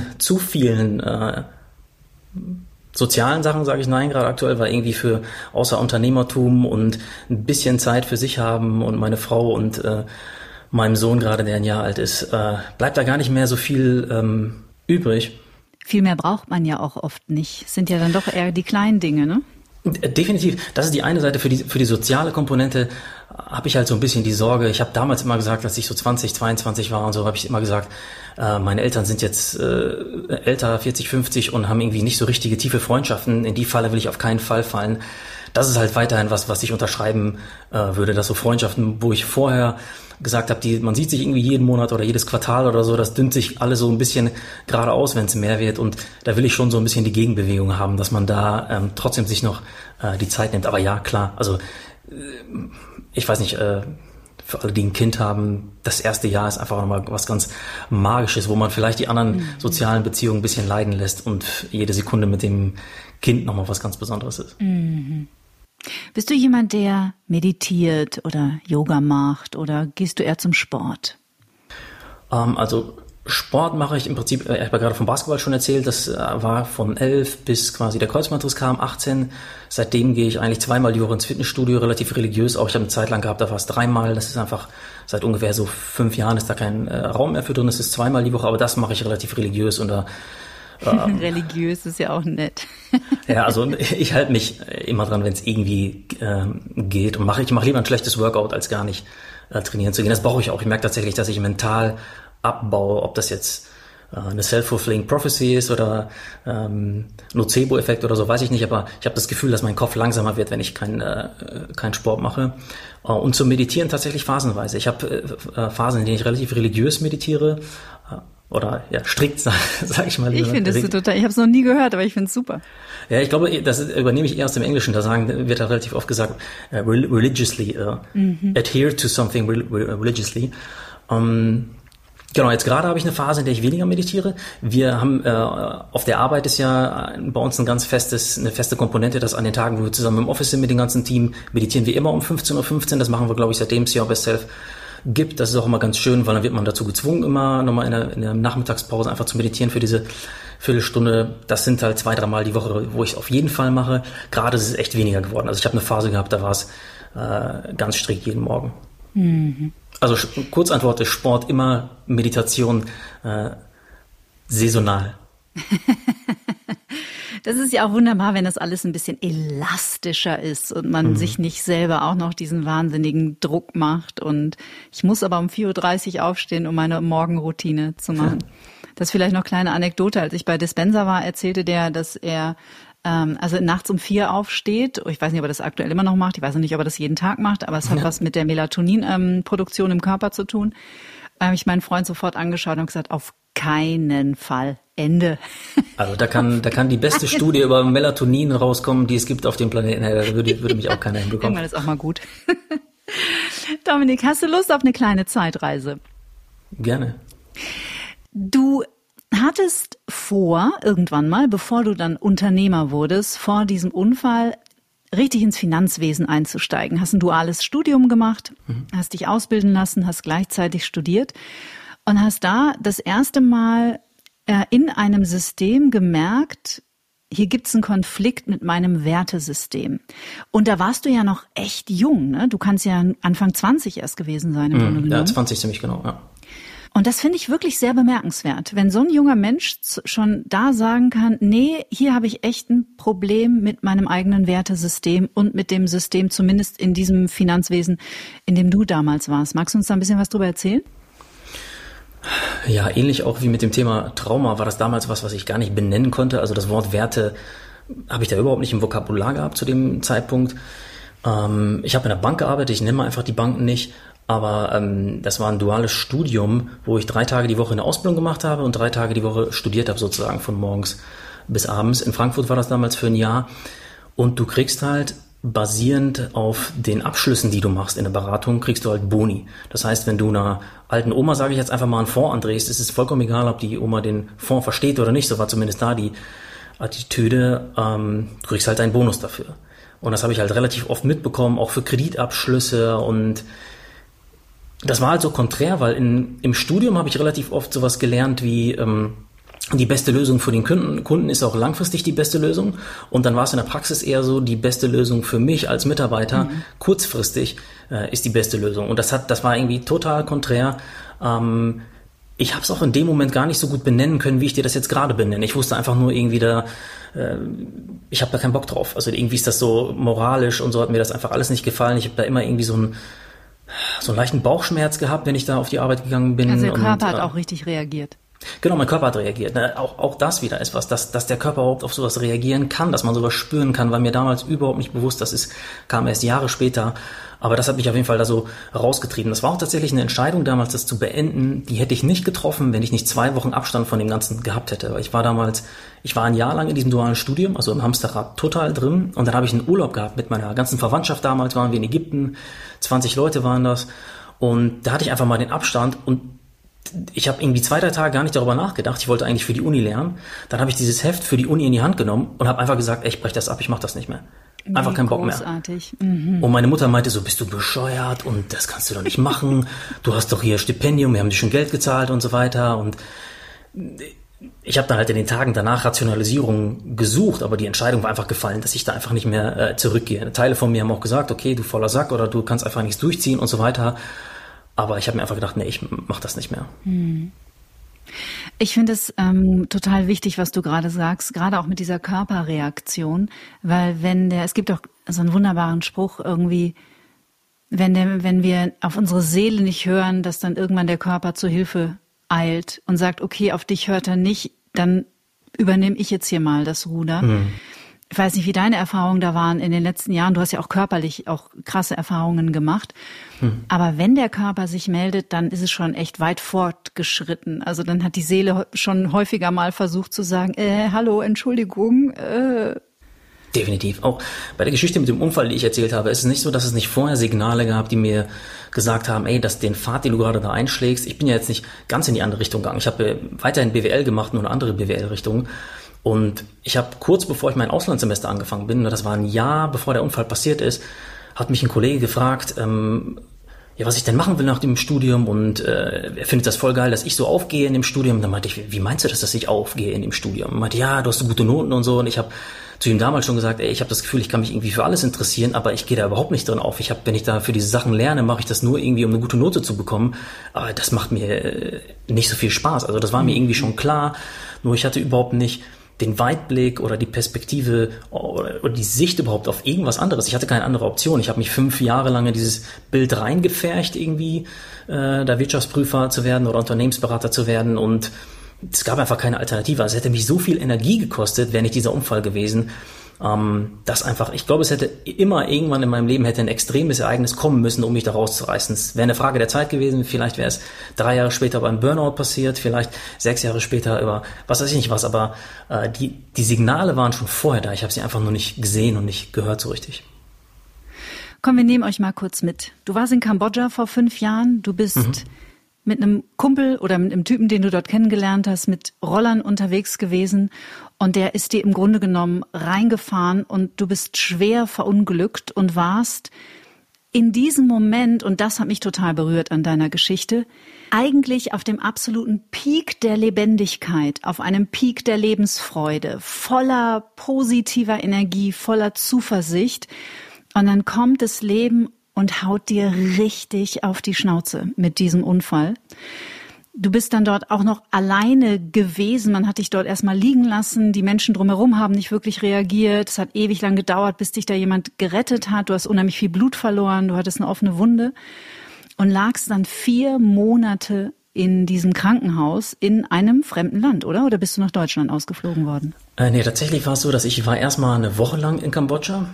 sozialen Sachen sage ich nein gerade aktuell, weil irgendwie für außer Unternehmertum und ein bisschen Zeit für sich haben und meine Frau und meinem Sohn gerade, der 1 Jahr alt ist, bleibt da gar nicht mehr so viel übrig. Viel mehr braucht man ja auch oft nicht. Es sind ja dann doch eher die kleinen Dinge, ne? Definitiv. Das ist die eine Seite. Für die soziale Komponente habe ich halt so ein bisschen die Sorge. Ich habe damals immer gesagt, als ich so 20, 22 war und so, habe ich immer gesagt, meine Eltern sind jetzt älter, 40, 50 und haben irgendwie nicht so richtige tiefe Freundschaften. In die Falle will ich auf keinen Fall fallen. Das ist halt weiterhin was ich unterschreiben würde, dass so Freundschaften, wo ich vorher gesagt habe, man sieht sich irgendwie jeden Monat oder jedes Quartal oder so, das dünnt sich alle so ein bisschen geradeaus, wenn es mehr wird, und da will ich schon so ein bisschen die Gegenbewegung haben, dass man da trotzdem sich noch die Zeit nimmt. Aber ja, klar, also ich weiß nicht, für alle, die ein Kind haben, das erste Jahr ist einfach nochmal was ganz Magisches, wo man vielleicht die anderen sozialen Beziehungen ein bisschen leiden lässt und jede Sekunde mit dem Kind nochmal was ganz Besonderes ist. Mhm. Bist du jemand, der meditiert oder Yoga macht, oder gehst du eher zum Sport? Also Sport mache ich im Prinzip, ich habe ja gerade vom Basketball schon erzählt, das war von 11 bis quasi der Kreuzbandriss kam, 18. Seitdem gehe ich eigentlich 2-mal die Woche ins Fitnessstudio, relativ religiös auch. Ich habe eine Zeit lang gehabt, da war es 3-mal. Das ist einfach, seit ungefähr so 5 Jahren ist da kein Raum mehr für drin. Es ist 2-mal die Woche, aber das mache ich relativ religiös und da Religiös ist ja auch nett. Ja, also ich halte mich immer dran, wenn es irgendwie geht, und ich mache lieber ein schlechtes Workout, als gar nicht trainieren zu gehen. Das brauche ich auch. Ich merke tatsächlich, dass ich mental abbaue, ob das jetzt eine Self-Fulfilling Prophecy ist oder Nocebo-Effekt oder so, weiß ich nicht, aber ich habe das Gefühl, dass mein Kopf langsamer wird, wenn ich keinen Sport mache. Und zum Meditieren tatsächlich phasenweise. Ich habe Phasen, in denen ich relativ religiös meditiere, oder ja, strikt, sag ich mal. Ich finde das total, ich habe es noch nie gehört, aber ich finde es super. Ja, ich glaube, das übernehme ich eher aus dem Englischen, da wird relativ oft gesagt, religiously, adhere to something religiously. Genau, jetzt gerade habe ich eine Phase, in der ich weniger meditiere. Wir haben auf der Arbeit ist ja bei uns eine feste Komponente, dass an den Tagen, wo wir zusammen im Office sind mit dem ganzen Team, meditieren wir immer um 15:15 Uhr. Das machen wir, glaube ich, seitdem es Your Best Self gibt. Das ist auch immer ganz schön, weil dann wird man dazu gezwungen, immer nochmal in der Nachmittagspause einfach zu meditieren für diese Viertelstunde. Das sind halt 2-3 Mal die Woche, wo ich es auf jeden Fall mache. Gerade ist es echt weniger geworden. Also ich habe eine Phase gehabt, da war es ganz strikt jeden Morgen. Mhm. Also Kurzantwort ist Sport immer, Meditation saisonal. Das ist ja auch wunderbar, wenn das alles ein bisschen elastischer ist und man sich nicht selber auch noch diesen wahnsinnigen Druck macht. Und ich muss aber um 4:30 Uhr aufstehen, um meine Morgenroutine zu machen. Das ist vielleicht noch eine kleine Anekdote. Als ich bei Dispenser war, erzählte der, dass er also nachts um 4 aufsteht. Ich weiß nicht, ob er das aktuell immer noch macht. Ich weiß nicht, ob er das jeden Tag macht, aber es hat was mit der Melatonin-Produktion im Körper zu tun. Habe ich meinen Freund sofort angeschaut und gesagt, auf keinen Fall. Ende. Also da kann die beste Studie über Melatonin rauskommen, die es gibt auf dem Planeten. Da würde mich auch keiner hinbekommen. Irgendwann ist auch mal gut. Dominik, hast du Lust auf eine kleine Zeitreise? Gerne. Du hattest vor, irgendwann mal, bevor du dann Unternehmer wurdest, vor diesem Unfall richtig ins Finanzwesen einzusteigen. Hast ein duales Studium gemacht, hast dich ausbilden lassen, hast gleichzeitig studiert und hast da das erste Mal in einem System gemerkt, hier gibt's einen Konflikt mit meinem Wertesystem. Und da warst du ja noch echt jung, ne? Du kannst ja Anfang 20 erst gewesen sein im Grunde genommen. Ja, 20 ziemlich genau, ja. Und das finde ich wirklich sehr bemerkenswert, wenn so ein junger Mensch schon da sagen kann, nee, hier habe ich echt ein Problem mit meinem eigenen Wertesystem und mit dem System, zumindest in diesem Finanzwesen, in dem du damals warst. Magst du uns da ein bisschen was drüber erzählen? Ja, ähnlich auch wie mit dem Thema Trauma war das damals was ich gar nicht benennen konnte. Also das Wort Werte habe ich da überhaupt nicht im Vokabular gehabt zu dem Zeitpunkt. Ich habe in der Bank gearbeitet, ich nenne mal einfach die Banken nicht. Aber das war ein duales Studium, wo ich 3 Tage die Woche eine Ausbildung gemacht habe und 3 Tage die Woche studiert habe, sozusagen von morgens bis abends. In Frankfurt war das damals für ein Jahr. Und du kriegst halt basierend auf den Abschlüssen, die du machst in der Beratung, kriegst du halt Boni. Das heißt, wenn du einer alten Oma, sage ich jetzt einfach mal, einen Fonds andrehst, ist es vollkommen egal, ob die Oma den Fonds versteht oder nicht. So war zumindest da die Attitüde. Du kriegst halt einen Bonus dafür. Und das habe ich halt relativ oft mitbekommen, auch für Kreditabschlüsse. Und das war halt so konträr, weil im Studium habe ich relativ oft sowas gelernt wie die beste Lösung für den Kunden ist auch langfristig die beste Lösung. Und dann war es in der Praxis eher so, die beste Lösung für mich als Mitarbeiter kurzfristig ist die beste Lösung. Und das war irgendwie total konträr. Ich habe es auch in dem Moment gar nicht so gut benennen können, wie ich dir das jetzt gerade benenne. Ich wusste einfach nur irgendwie ich habe da keinen Bock drauf. Also irgendwie ist das so moralisch und so hat mir das einfach alles nicht gefallen. Ich habe da immer irgendwie so einen leichten Bauchschmerz gehabt, wenn ich da auf die Arbeit gegangen bin. Also der Körper hat auch richtig reagiert. Genau, mein Körper hat reagiert. Auch das wieder ist was, dass der Körper überhaupt auf sowas reagieren kann, dass man sowas spüren kann, war mir damals überhaupt nicht bewusst. Kam erst Jahre später. Aber das hat mich auf jeden Fall da so rausgetrieben. Das war auch tatsächlich eine Entscheidung damals, das zu beenden. Die hätte ich nicht getroffen, wenn ich nicht 2 Wochen Abstand von dem Ganzen gehabt hätte. Weil ich war ein Jahr lang in diesem dualen Studium, also im Hamsterrad total drin. Und dann habe ich einen Urlaub gehabt mit meiner ganzen Verwandtschaft damals, waren wir in Ägypten. 20 Leute waren das. Und da hatte ich einfach mal den Abstand und ich habe irgendwie 2-3 Tage gar nicht darüber nachgedacht. Ich wollte eigentlich für die Uni lernen. Dann habe ich dieses Heft für die Uni in die Hand genommen und habe einfach gesagt, ich breche das ab, ich mache das nicht mehr. Einfach keinen Bock mehr. Und meine Mutter meinte so, bist du bescheuert und das kannst du doch nicht machen. Du hast doch hier Stipendium, wir haben dir schon Geld gezahlt und so weiter. Und ich habe dann halt in den Tagen danach Rationalisierung gesucht, aber die Entscheidung war einfach gefallen, dass ich da einfach nicht mehr zurückgehe. Teile von mir haben auch gesagt, okay, du fauler Sack oder du kannst einfach nichts durchziehen und so weiter. Aber ich habe mir einfach gedacht, nee, ich mache das nicht mehr. Ich finde es total wichtig, was du gerade sagst, gerade auch mit dieser Körperreaktion, weil es gibt auch so einen wunderbaren Spruch irgendwie, wenn wir auf unsere Seele nicht hören, dass dann irgendwann der Körper zur Hilfe eilt und sagt, okay, auf dich hört er nicht, dann übernehme ich jetzt hier mal das Ruder. Ich weiß nicht, wie deine Erfahrungen da waren in den letzten Jahren. Du hast ja auch körperlich auch krasse Erfahrungen gemacht. Aber wenn der Körper sich meldet, dann ist es schon echt weit fortgeschritten. Also dann hat die Seele schon häufiger mal versucht zu sagen, hallo, Entschuldigung. Definitiv. Auch bei der Geschichte mit dem Unfall, die ich erzählt habe, ist es nicht so, dass es nicht vorher Signale gab, die mir gesagt haben, den Pfad, den du gerade da einschlägst, ich bin ja jetzt nicht ganz in die andere Richtung gegangen. Ich habe weiterhin BWL gemacht, nur eine andere BWL-Richtung. Und ich habe kurz bevor ich mein Auslandssemester angefangen bin, das war ein Jahr bevor der Unfall passiert ist, hat mich ein Kollege gefragt, was ich denn machen will nach dem Studium, und er findet das voll geil, dass ich so aufgehe in dem Studium. Und dann meinte ich, wie meinst du das, dass ich aufgehe in dem Studium? Und meinte, ja, du hast so gute Noten und so. Und ich habe zu ihm damals schon gesagt, ich habe das Gefühl, ich kann mich irgendwie für alles interessieren, aber ich gehe da überhaupt nicht drin auf. Wenn ich da für diese Sachen lerne, mache ich das nur irgendwie, um eine gute Note zu bekommen. Aber das macht mir nicht so viel Spaß. Also das war mir irgendwie schon klar. Nur ich hatte überhaupt nicht den Weitblick oder die Perspektive oder die Sicht überhaupt auf irgendwas anderes. Ich hatte keine andere Option. Ich habe mich 5 Jahre lang in dieses Bild reingepfercht, irgendwie da Wirtschaftsprüfer zu werden oder Unternehmensberater zu werden, und es gab einfach keine Alternative. Also es hätte mich so viel Energie gekostet, wäre nicht dieser Unfall gewesen, dass einfach, ich glaube, es hätte immer irgendwann in meinem Leben ein extremes Ereignis kommen müssen, um mich da rauszureißen. Es wäre eine Frage der Zeit gewesen. Vielleicht wäre es 3 Jahre später beim Burnout passiert, vielleicht 6 Jahre später über was weiß ich nicht was, aber die Signale waren schon vorher da. Ich habe sie einfach nur nicht gesehen und nicht gehört so richtig. Komm, wir nehmen euch mal kurz mit. Du warst in Kambodscha vor 5 Jahren. Du bist mit einem Kumpel oder mit einem Typen, den du dort kennengelernt hast, mit Rollern unterwegs gewesen, und der ist dir im Grunde genommen reingefahren und du bist schwer verunglückt und warst in diesem Moment, und das hat mich total berührt an deiner Geschichte, eigentlich auf dem absoluten Peak der Lebendigkeit, auf einem Peak der Lebensfreude, voller positiver Energie, voller Zuversicht, und dann kommt das Leben und haut dir richtig auf die Schnauze mit diesem Unfall. Du bist dann dort auch noch alleine gewesen. Man hat dich dort erstmal liegen lassen. Die Menschen drumherum haben nicht wirklich reagiert. Es hat ewig lang gedauert, bis dich da jemand gerettet hat. Du hast unheimlich viel Blut verloren. Du hattest eine offene Wunde und lagst dann 4 Monate in diesem Krankenhaus in einem fremden Land, oder? Oder bist du nach Deutschland ausgeflogen worden? Nee, tatsächlich war es so, dass ich war erstmal eine Woche lang in Kambodscha.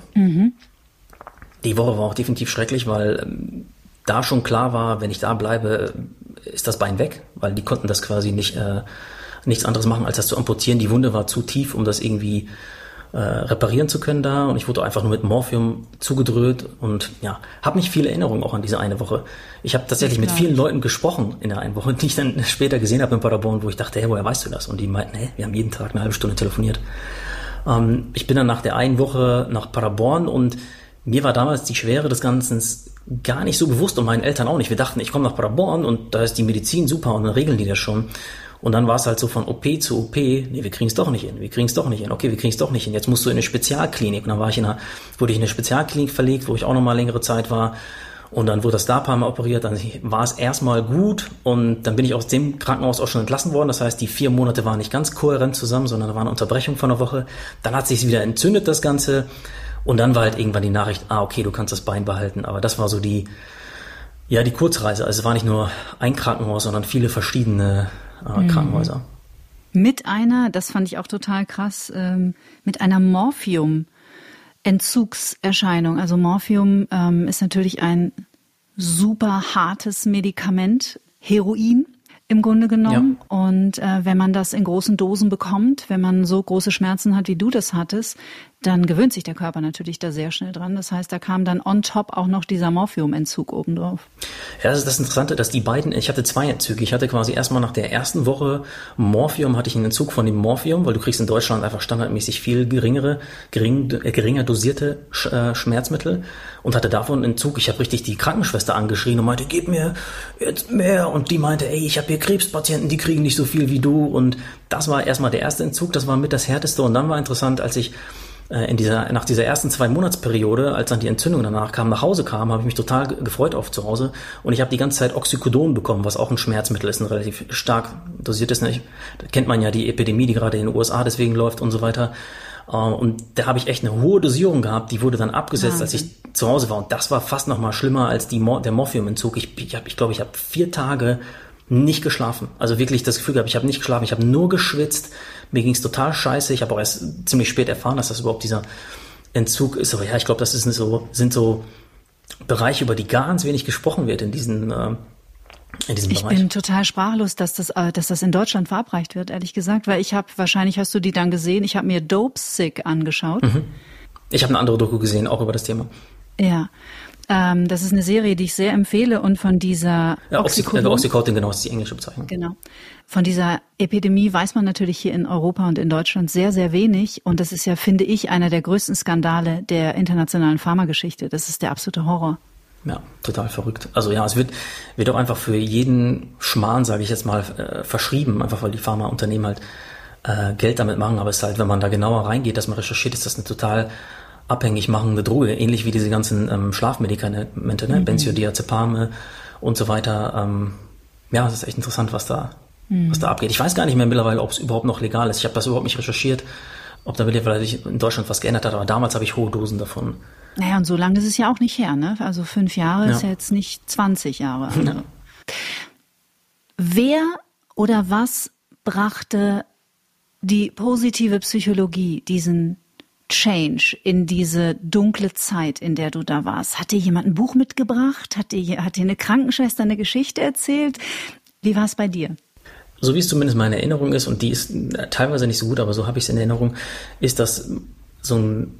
Die Woche war auch definitiv schrecklich, weil da schon klar war, wenn ich da bleibe, ist das Bein weg, weil die konnten das quasi nichts anderes machen, als das zu amputieren. Die Wunde war zu tief, um das irgendwie reparieren zu können da, und ich wurde einfach nur mit Morphium zugedröhnt und habe nicht viele Erinnerungen auch an diese eine Woche. Ich habe tatsächlich mit vielen Leuten gesprochen in der einen Woche, die ich dann später gesehen habe in Paderborn, wo ich dachte, hey, woher weißt du das? Und die meinten, hey, wir haben jeden Tag eine halbe Stunde telefoniert. Ich bin dann nach der einen Woche nach Paderborn, und mir war damals die Schwere des Ganzen gar nicht so bewusst, und meinen Eltern auch nicht. Wir dachten, ich komme nach Paderborn und da ist die Medizin super und dann regeln die das schon. Und dann war es halt so von OP zu OP, nee, wir kriegen es doch nicht hin, okay, wir kriegen es doch nicht hin, jetzt musst du in eine Spezialklinik. Und dann wurde ich in eine Spezialklinik verlegt, wo ich auch nochmal längere Zeit war. Und dann wurde das da ein paar Mal operiert, dann war es erstmal gut, und dann bin ich aus dem Krankenhaus auch schon entlassen worden. Das heißt, die 4 Monate waren nicht ganz kohärent zusammen, sondern da war eine Unterbrechung von einer Woche. Dann hat sich wieder entzündet, das Ganze. Und dann war halt irgendwann die Nachricht, okay, du kannst das Bein behalten. Aber das war so die Kurzreise. Also es war nicht nur ein Krankenhaus, sondern viele verschiedene Krankenhäuser. Mit einer, das fand ich auch total krass, mit einer Morphium-Entzugserscheinung. Also Morphium ist natürlich ein super hartes Medikament, Heroin im Grunde genommen. Ja. Und wenn man das in großen Dosen bekommt, wenn man so große Schmerzen hat, wie du das hattest, dann gewöhnt sich der Körper natürlich da sehr schnell dran. Das heißt, da kam dann on top auch noch dieser Morphiumentzug obendrauf. Ja, das ist das Interessante, dass ich hatte 2 Entzüge. Ich hatte quasi erstmal nach der ersten Woche Morphium, hatte ich einen Entzug von dem Morphium, weil du kriegst in Deutschland einfach standardmäßig viel geringer dosierte Schmerzmittel, und hatte davon einen Entzug. Ich habe richtig die Krankenschwester angeschrien und meinte, gib mir jetzt mehr. Und die meinte, ich habe hier Krebspatienten, die kriegen nicht so viel wie du. Und das war erstmal der erste Entzug, das war mit das Härteste. Und dann war interessant, als ich nach dieser ersten 2-Monatsperiode, als dann die Entzündung danach kam, nach Hause kam, habe ich mich total gefreut auf zu Hause und ich habe die ganze Zeit Oxycodon bekommen, was auch ein Schmerzmittel ist, ein relativ stark dosiertes. Da kennt man ja die Epidemie, die gerade in den USA deswegen läuft und so weiter. Und da habe ich echt eine hohe Dosierung gehabt, die wurde dann abgesetzt, als ich zu Hause war und das war fast noch mal schlimmer als der Morphiumentzug. Ich glaube, ich habe 4 Tage nicht geschlafen. Also wirklich das Gefühl gehabt, ich habe nicht geschlafen, ich habe nur geschwitzt. Mir ging es total scheiße. Ich habe auch erst ziemlich spät erfahren, dass das überhaupt dieser Entzug ist. Aber ja, ich glaube, das sind so Bereiche, über die ganz wenig gesprochen wird in diesem Bereich. Ich bin total sprachlos, dass das in Deutschland verabreicht wird, ehrlich gesagt. Weil wahrscheinlich hast du die dann gesehen, ich habe mir Dopesick angeschaut. Mhm. Ich habe eine andere Doku gesehen, auch über das Thema. Ja. Das ist eine Serie, die ich sehr empfehle und von dieser Oxycontin, genau, ist die englische Bezeichnung. Genau. Von dieser Epidemie weiß man natürlich hier in Europa und in Deutschland sehr, sehr wenig und das ist ja, finde ich, einer der größten Skandale der internationalen Pharmageschichte. Das ist der absolute Horror. Ja, total verrückt. Also ja, es wird auch einfach für jeden Schmarrn, sage ich jetzt mal, verschrieben, einfach weil die Pharmaunternehmen halt Geld damit machen, aber es ist halt, wenn man da genauer reingeht, dass man recherchiert, ist das eine total abhängig machende Droge, ähnlich wie diese ganzen Schlafmedikamente, ne? Benzodiazepame und so weiter. Ja, es ist echt interessant, was da abgeht. Ich weiß gar nicht mehr mittlerweile, ob es überhaupt noch legal ist. Ich habe das überhaupt nicht recherchiert, ob da mittlerweile sich in Deutschland was geändert hat, aber damals habe ich hohe Dosen davon. Naja, und so lange ist es ja auch nicht her, ne? Also 5 Jahre ist ja jetzt nicht 20 Jahre. Also. Ja. Wer oder was brachte die positive Psychologie, diesen Change in diese dunkle Zeit, in der du da warst? Hat dir jemand ein Buch mitgebracht? Hat dir eine Krankenschwester eine Geschichte erzählt? Wie war es bei dir? So wie es zumindest meine Erinnerung ist, und die ist teilweise nicht so gut, aber so habe ich es in Erinnerung, ist das so ein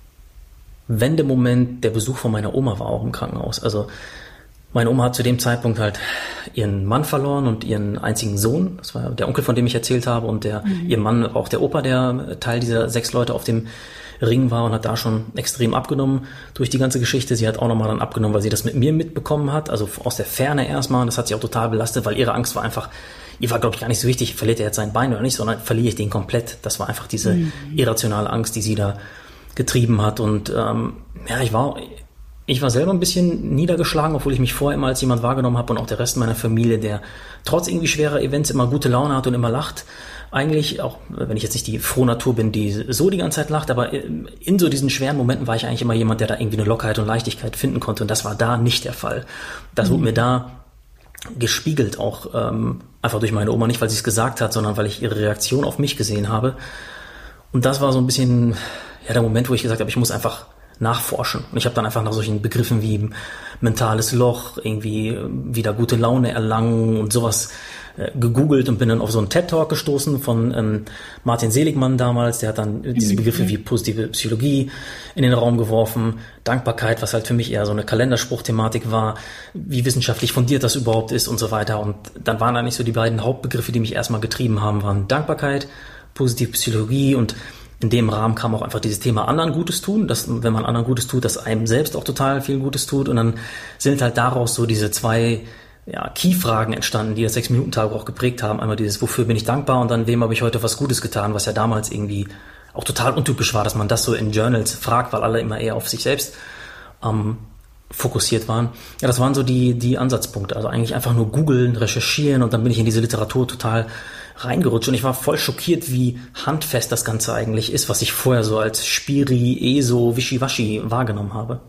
Wendemoment, der Besuch von meiner Oma war auch im Krankenhaus. Also meine Oma hat zu dem Zeitpunkt halt ihren Mann verloren und ihren einzigen Sohn. Das war der Onkel, von dem ich erzählt habe. Und ihr Mann war auch der Opa, der Teil dieser 6 Leute auf dem Ring war und hat da schon extrem abgenommen durch die ganze Geschichte. Sie hat auch nochmal dann abgenommen, weil sie das mit mir mitbekommen hat. Also aus der Ferne erstmal. Und das hat sie auch total belastet, weil ihre Angst war einfach, ihr war, glaube ich, gar nicht so wichtig, verliert er jetzt sein Bein oder nicht, sondern verliere ich den komplett. Das war einfach diese irrationale Angst, die sie da getrieben hat. Und ich war selber ein bisschen niedergeschlagen, obwohl ich mich vorher immer als jemand wahrgenommen habe und auch der Rest meiner Familie, der trotz irgendwie schwerer Events immer gute Laune hat und immer lacht. Eigentlich, auch wenn ich jetzt nicht die frohe Natur bin, die so die ganze Zeit lacht, aber in so diesen schweren Momenten war ich eigentlich immer jemand, der da irgendwie eine Lockerheit und Leichtigkeit finden konnte. Und das war da nicht der Fall. Das wurde mir da gespiegelt, auch einfach durch meine Oma, nicht weil sie es gesagt hat, sondern weil ich ihre Reaktion auf mich gesehen habe. Und das war so ein bisschen der Moment, wo ich gesagt habe, ich muss einfach nachforschen. Und ich habe dann einfach nach solchen Begriffen wie mentales Loch, irgendwie wieder gute Laune erlangen und sowas gegoogelt und bin dann auf so einen TED-Talk gestoßen von Martin Seligmann damals. Der hat dann diese Begriffe wie positive Psychologie in den Raum geworfen, Dankbarkeit, was halt für mich eher so eine Kalenderspruch-Thematik war, wie wissenschaftlich fundiert das überhaupt ist und so weiter. Und dann waren eigentlich so die beiden Hauptbegriffe, die mich erstmal getrieben haben, waren Dankbarkeit, positive Psychologie, und in dem Rahmen kam auch einfach dieses Thema anderen Gutes tun, dass, wenn man anderen Gutes tut, dass einem selbst auch total viel Gutes tut. Und dann sind halt daraus so diese 2 Key-Fragen entstanden, die das 6-Minuten-Tagebuch auch geprägt haben. Einmal dieses, wofür bin ich dankbar, und dann, wem habe ich heute was Gutes getan, was ja damals irgendwie auch total untypisch war, dass man das so in Journals fragt, weil alle immer eher auf sich selbst fokussiert waren. Ja, das waren so die Ansatzpunkte. Also eigentlich einfach nur googeln, recherchieren, und dann bin ich in diese Literatur total reingerutscht und ich war voll schockiert, wie handfest das Ganze eigentlich ist, was ich vorher so als Spiri, ESO, Wischiwaschi wahrgenommen habe.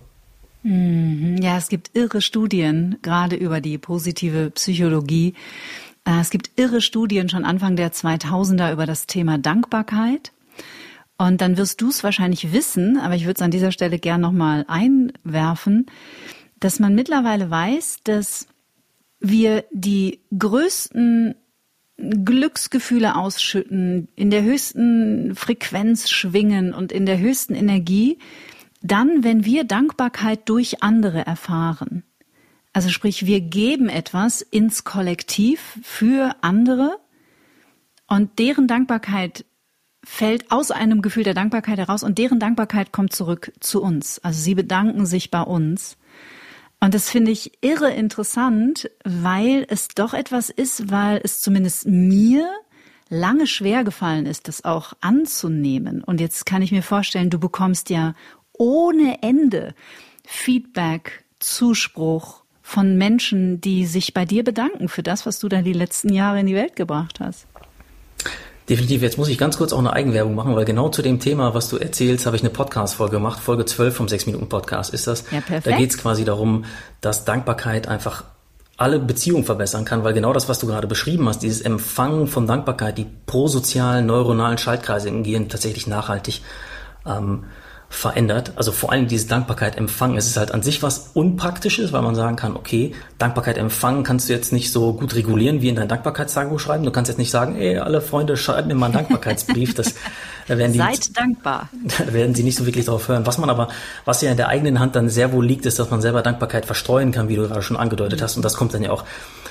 Ja, es gibt irre Studien, gerade über die positive Psychologie. Es gibt irre Studien schon Anfang der 2000er über das Thema Dankbarkeit. Und dann wirst du es wahrscheinlich wissen, aber ich würde es an dieser Stelle gern nochmal einwerfen, dass man mittlerweile weiß, dass wir die größten Glücksgefühle ausschütten, in der höchsten Frequenz schwingen und in der höchsten Energie, dann, wenn wir Dankbarkeit durch andere erfahren. Also sprich, wir geben etwas ins Kollektiv für andere und deren Dankbarkeit fällt aus einem Gefühl der Dankbarkeit heraus und deren Dankbarkeit kommt zurück zu uns. Also sie bedanken sich bei uns. Und das finde ich irre interessant, weil es doch etwas ist, weil es zumindest mir lange schwer gefallen ist, das auch anzunehmen. Und jetzt kann ich mir vorstellen, du bekommst ja ohne Ende Feedback, Zuspruch von Menschen, die sich bei dir bedanken für das, was du da die letzten Jahre in die Welt gebracht hast. Definitiv. Jetzt muss ich ganz kurz auch eine Eigenwerbung machen, weil genau zu dem Thema, was du erzählst, habe ich eine Podcast-Folge gemacht. Folge 12 vom 6-Minuten-Podcast ist das. Ja, perfekt. Da geht es quasi darum, dass Dankbarkeit einfach alle Beziehungen verbessern kann, weil genau das, was du gerade beschrieben hast, dieses Empfangen von Dankbarkeit, die prosozialen neuronalen Schaltkreise im Gehirn tatsächlich nachhaltig verändert. Also vor allem diese Dankbarkeit empfangen. Es ist halt an sich was Unpraktisches, weil man sagen kann, okay, Dankbarkeit empfangen kannst du jetzt nicht so gut regulieren wie in dein Dankbarkeitstagebuch schreiben. Du kannst jetzt nicht sagen, alle Freunde, schreibt mir mal einen Dankbarkeitsbrief. Seid dankbar. Da werden sie nicht so wirklich drauf hören. Was ja in der eigenen Hand dann sehr wohl liegt, ist, dass man selber Dankbarkeit verstreuen kann, wie du gerade schon angedeutet hast. Und das kommt dann ja auch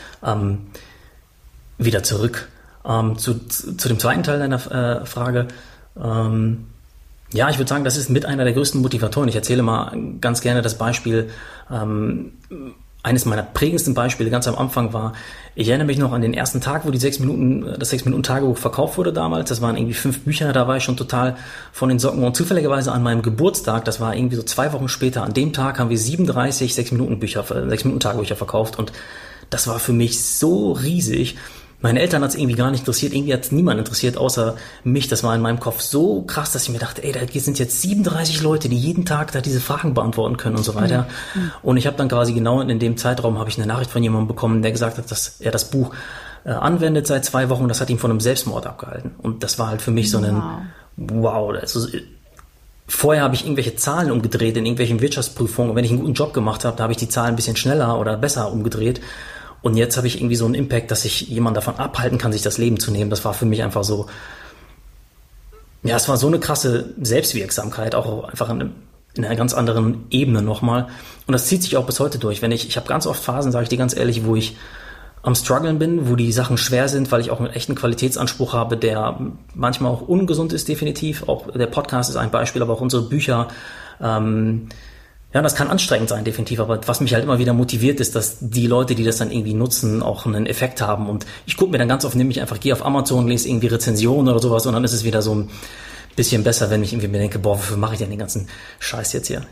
wieder zurück. Zu dem zweiten Teil deiner Frage. Ja, ich würde sagen, das ist mit einer der größten Motivatoren. Ich erzähle mal ganz gerne das Beispiel, eines meiner prägendsten Beispiele ganz am Anfang war, ich erinnere mich noch an den ersten Tag, wo das 6-Minuten-Tagebuch verkauft wurde damals. Das waren irgendwie 5 Bücher, da war ich schon total von den Socken. Und zufälligerweise an meinem Geburtstag, das war irgendwie so 2 Wochen später, an dem Tag haben wir 37 6-Minuten-Tagebücher verkauft. Und das war für mich so riesig. Meine Eltern hat es irgendwie gar nicht interessiert, irgendwie hat es niemand interessiert, außer mich. Das war in meinem Kopf so krass, dass ich mir dachte, da sind jetzt 37 Leute, die jeden Tag da diese Fragen beantworten können und so weiter. Mhm. Und ich habe dann quasi genau in dem Zeitraum habe ich eine Nachricht von jemandem bekommen, der gesagt hat, dass er das Buch anwendet seit 2 Wochen. Das hat ihn von einem Selbstmord abgehalten. Und das war halt für mich so ein Wow. Vorher habe ich irgendwelche Zahlen umgedreht in irgendwelchen Wirtschaftsprüfungen. Und wenn ich einen guten Job gemacht habe, da habe ich die Zahlen ein bisschen schneller oder besser umgedreht. Und jetzt habe ich irgendwie so einen Impact, dass ich jemanden davon abhalten kann, sich das Leben zu nehmen. Das war für mich einfach so, ja, es war so eine krasse Selbstwirksamkeit, auch einfach in einer ganz anderen Ebene nochmal. Und das zieht sich auch bis heute durch. Ich habe ganz oft Phasen, sage ich dir ganz ehrlich, wo ich am Struggeln bin, wo die Sachen schwer sind, weil ich auch einen echten Qualitätsanspruch habe, der manchmal auch ungesund ist, definitiv. Auch der Podcast ist ein Beispiel, aber auch unsere Bücher, ja, das kann anstrengend sein, definitiv, aber was mich halt immer wieder motiviert, ist, dass die Leute, die das dann irgendwie nutzen, auch einen Effekt haben. Und ich gucke mir dann ganz oft, gehe auf Amazon, lese irgendwie Rezensionen oder sowas und dann ist es wieder so ein bisschen besser, wenn ich irgendwie mir denke, wofür mache ich denn den ganzen Scheiß jetzt hier?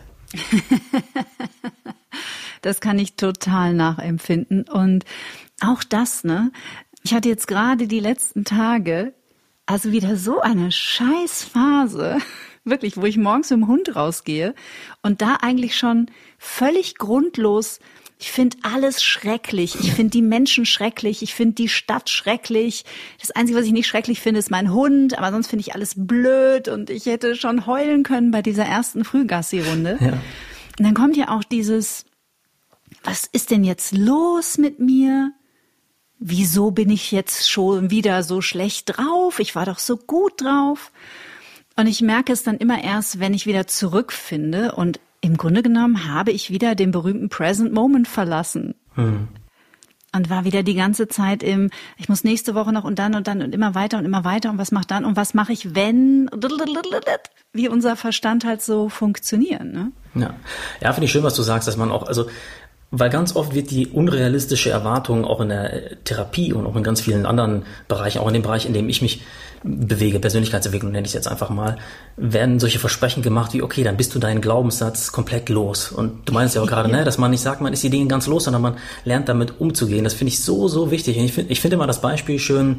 Das kann ich total nachempfinden. Und auch das, ich hatte jetzt gerade die letzten Tage, also wieder so eine Scheißphase, wirklich, wo ich morgens mit dem Hund rausgehe und da eigentlich schon völlig grundlos, ich finde alles schrecklich, ich finde die Menschen schrecklich, ich finde die Stadt schrecklich. Das Einzige, was ich nicht schrecklich finde, ist mein Hund, aber sonst finde ich alles blöd und ich hätte schon heulen können bei dieser ersten Frühgassi-Runde. Ja. Und dann kommt ja auch dieses, was ist denn jetzt los mit mir? Wieso bin ich jetzt schon wieder so schlecht drauf? Ich war doch so gut drauf. Und ich merke es dann immer erst, wenn ich wieder zurückfinde. Und im Grunde genommen habe ich wieder den berühmten Present Moment verlassen. Und war wieder die ganze Zeit ich muss nächste Woche noch und dann und immer weiter und immer weiter. Und was macht dann? Und was mache ich, wenn? Wie unser Verstand halt so funktionieren. Ne? Ja, finde ich schön, was du sagst, dass man auch, weil ganz oft wird die unrealistische Erwartung auch in der Therapie und auch in ganz vielen anderen Bereichen, auch in dem Bereich, in dem ich mich bewege, Persönlichkeitsentwicklung nenne ich es jetzt einfach mal, werden solche Versprechen gemacht wie, okay, dann bist du deinen Glaubenssatz komplett los. Und du meinst ja auch gerade, dass man nicht sagt, man ist die Dinge ganz los, sondern man lernt damit umzugehen. Das finde ich so, so wichtig. Und ich finde immer das Beispiel schön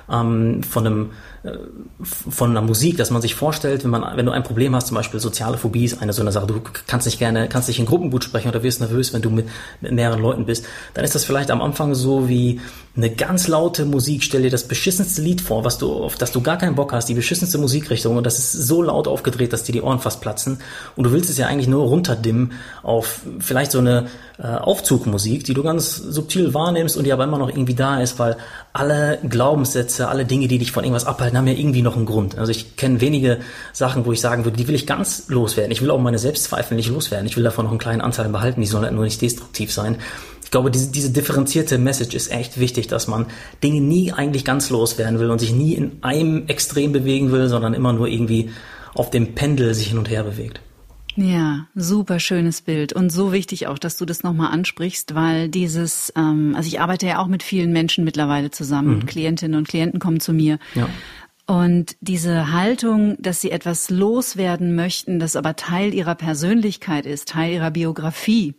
von einer Musik, dass man sich vorstellt, wenn du ein Problem hast, zum Beispiel soziale Phobie ist so eine Sache, du kannst nicht in Gruppen gut sprechen oder wirst nervös, wenn du mit mehreren Leuten bist, dann ist das vielleicht am Anfang so wie eine ganz laute Musik. Stell dir das beschissenste Lied vor, auf das du gar keinen Bock hast, die beschissenste Musikrichtung, und das ist so laut aufgedreht, dass dir die Ohren fast platzen, und du willst es ja eigentlich nur runterdimmen auf vielleicht so eine Aufzugmusik, die du ganz subtil wahrnimmst und die aber immer noch irgendwie da ist, weil alle Glaubenssätze, alle Dinge, die dich von irgendwas abhalten, haben ja irgendwie noch einen Grund. Also ich kenne wenige Sachen, wo ich sagen würde, die will ich ganz loswerden. Ich will auch meine Selbstzweifel nicht loswerden. Ich will davon noch einen kleinen Anteil behalten, die sollen halt nur nicht destruktiv sein. Ich glaube, diese differenzierte Message ist echt wichtig, dass man Dinge nie eigentlich ganz loswerden will und sich nie in einem Extrem bewegen will, sondern immer nur irgendwie auf dem Pendel sich hin und her bewegt. Ja, super schönes Bild und so wichtig auch, dass du das nochmal ansprichst, weil dieses, also ich arbeite ja auch mit vielen Menschen mittlerweile zusammen, Klientinnen und Klienten kommen zu mir. Ja. Und diese Haltung, dass sie etwas loswerden möchten, das aber Teil ihrer Persönlichkeit ist, Teil ihrer Biografie,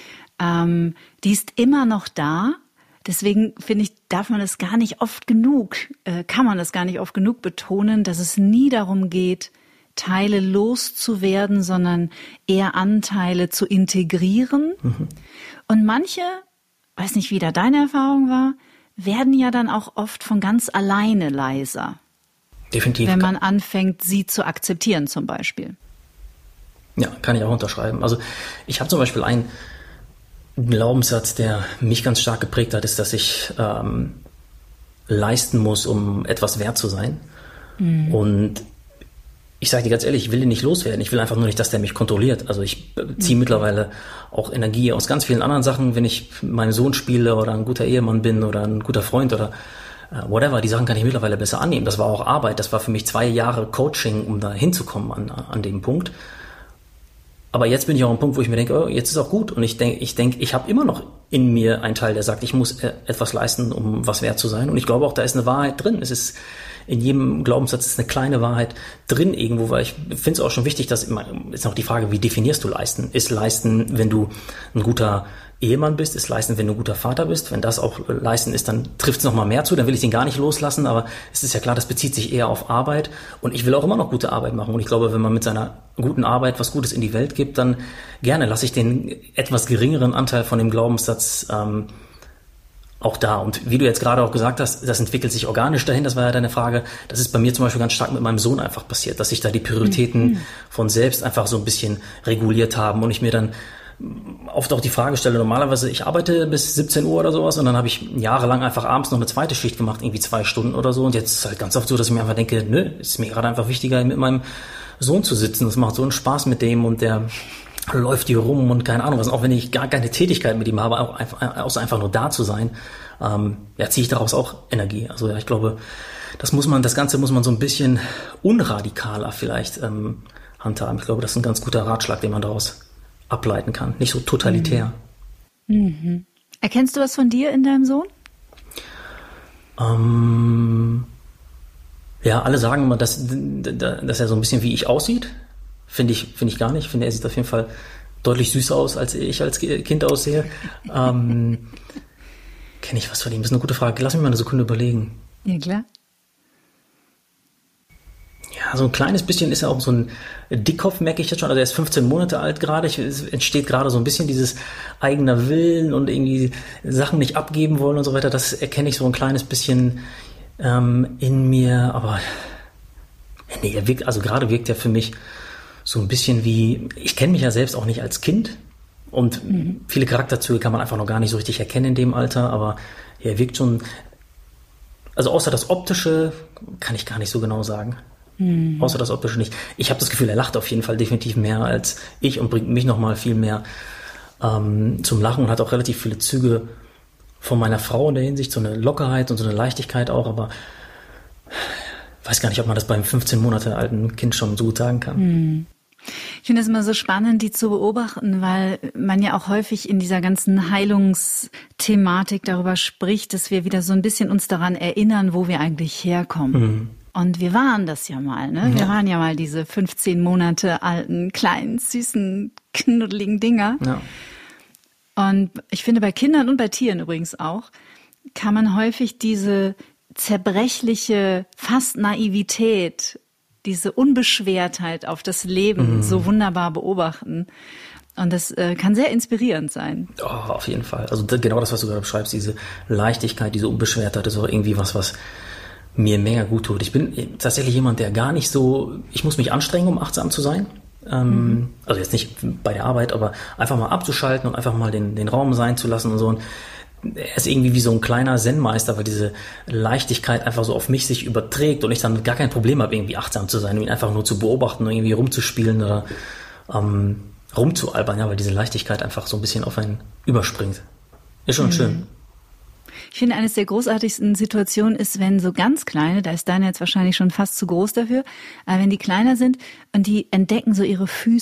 die ist immer noch da. Deswegen finde ich, kann man das gar nicht oft genug betonen, dass es nie darum geht, Teile loszuwerden, sondern eher Anteile zu integrieren. Und manche, weiß nicht, wie da deine Erfahrung war, werden ja dann auch oft von ganz alleine leiser. Definitiv. Wenn man anfängt, sie zu akzeptieren zum Beispiel. Ja, kann ich auch unterschreiben. Also ich habe zum Beispiel einen Glaubenssatz, der mich ganz stark geprägt hat, ist, dass ich leisten muss, um etwas wert zu sein. Und ich sage dir ganz ehrlich, ich will den nicht loswerden. Ich will einfach nur nicht, dass der mich kontrolliert. Also ich ziehe mittlerweile auch Energie aus ganz vielen anderen Sachen, wenn ich meinen Sohn spiele oder ein guter Ehemann bin oder ein guter Freund oder whatever. Die Sachen kann ich mittlerweile besser annehmen. Das war auch Arbeit. Das war für mich 2 Jahre Coaching, um da hinzukommen an dem Punkt. Aber jetzt bin ich auch am Punkt, wo ich mir denke, oh, jetzt ist auch gut. Und ich denke, ich habe immer noch in mir einen Teil, der sagt, ich muss etwas leisten, um was wert zu sein. Und ich glaube auch, da ist eine Wahrheit drin. Es ist in jedem Glaubenssatz ist eine kleine Wahrheit drin irgendwo, weil ich finde es auch schon wichtig, dass immer ist noch die Frage, wie definierst du leisten? Ist leisten, wenn du ein guter Ehemann bist, ist leisten, wenn du ein guter Vater bist. Wenn das auch leisten ist, dann trifft es noch mal mehr zu, dann will ich den gar nicht loslassen, aber es ist ja klar, das bezieht sich eher auf Arbeit und ich will auch immer noch gute Arbeit machen und ich glaube, wenn man mit seiner guten Arbeit was Gutes in die Welt gibt, dann gerne lasse ich den etwas geringeren Anteil von dem Glaubenssatz auch da. Und wie du jetzt gerade auch gesagt hast, das entwickelt sich organisch dahin, das war ja deine Frage. Das ist bei mir zum Beispiel ganz stark mit meinem Sohn einfach passiert, dass sich da die Prioritäten von selbst einfach so ein bisschen reguliert haben und ich mir dann oft auch die Frage stelle, normalerweise, ich arbeite bis 17 Uhr oder sowas und dann habe ich jahrelang einfach abends noch eine zweite Schicht gemacht, irgendwie 2 Stunden oder so und jetzt ist es halt ganz oft so, dass ich mir einfach denke, nö, ist mir gerade einfach wichtiger, mit meinem Sohn zu sitzen. Das macht so einen Spaß mit dem und der läuft hier rum und keine Ahnung was. Auch wenn ich gar keine Tätigkeit mit ihm habe, auch einfach nur da zu sein, ziehe ich daraus auch Energie. Also ja, ich glaube, das Ganze muss man so ein bisschen unradikaler vielleicht handhaben. Ich glaube, das ist ein ganz guter Ratschlag, den man daraus ableiten kann. Nicht so totalitär. Mhm. Erkennst du was von dir in deinem Sohn? Ja, alle sagen immer, dass er so ein bisschen wie ich aussieht. Finde ich gar nicht. Ich finde, er sieht auf jeden Fall deutlich süßer aus, als ich als Kind aussehe. Kenne ich was von ihm? Das ist eine gute Frage. Lass mich mal eine Sekunde überlegen. Ja, klar. Ja, so ein kleines bisschen ist er auch so ein Dickkopf, merke ich jetzt schon. Also er ist 15 Monate alt gerade. Es entsteht gerade so ein bisschen dieses eigener Willen und irgendwie Sachen nicht abgeben wollen und so weiter. Das erkenne ich so ein kleines bisschen in mir. Aber nee, gerade wirkt er für mich so ein bisschen wie, ich kenne mich ja selbst auch nicht als Kind und viele Charakterzüge kann man einfach noch gar nicht so richtig erkennen in dem Alter, aber er wirkt schon, also außer das Optische kann ich gar nicht so genau sagen. Außer das Optische nicht. Ich habe das Gefühl, er lacht auf jeden Fall definitiv mehr als ich und bringt mich nochmal viel mehr zum Lachen und hat auch relativ viele Züge von meiner Frau in der Hinsicht, so eine Lockerheit und so eine Leichtigkeit auch, aber weiß gar nicht, ob man das beim 15 Monate alten Kind schon so gut sagen kann. Ich finde es immer so spannend, die zu beobachten, weil man ja auch häufig in dieser ganzen Heilungsthematik darüber spricht, dass wir wieder so ein bisschen uns daran erinnern, wo wir eigentlich herkommen. Und wir waren das ja mal, ne? Ja. Wir waren ja mal diese 15 Monate alten, kleinen, süßen, knuddeligen Dinger. Ja. Und ich finde, bei Kindern und bei Tieren übrigens auch, kann man häufig diese zerbrechliche, fast Naivität, diese Unbeschwertheit auf das Leben so wunderbar beobachten. Und das kann sehr inspirierend sein. Oh, auf jeden Fall. Also genau das, was du gerade beschreibst, diese Leichtigkeit, diese Unbeschwertheit, ist auch irgendwie was mir mega gut tut. Ich bin tatsächlich jemand, der gar nicht so, ich muss mich anstrengen, um achtsam zu sein. Also jetzt nicht bei der Arbeit, aber einfach mal abzuschalten und einfach mal den Raum sein zu lassen und so. Und er ist irgendwie wie so ein kleiner Zen-Meister, weil diese Leichtigkeit einfach so auf mich sich überträgt und ich dann gar kein Problem habe, irgendwie achtsam zu sein und ihn einfach nur zu beobachten und irgendwie rumzuspielen oder rumzualbern, ja, weil diese Leichtigkeit einfach so ein bisschen auf einen überspringt. Ist schon schön. Ich finde, eines der großartigsten Situationen ist, wenn so ganz kleine, da ist deine jetzt wahrscheinlich schon fast zu groß dafür, aber wenn die kleiner sind und die entdecken so ihre Füße.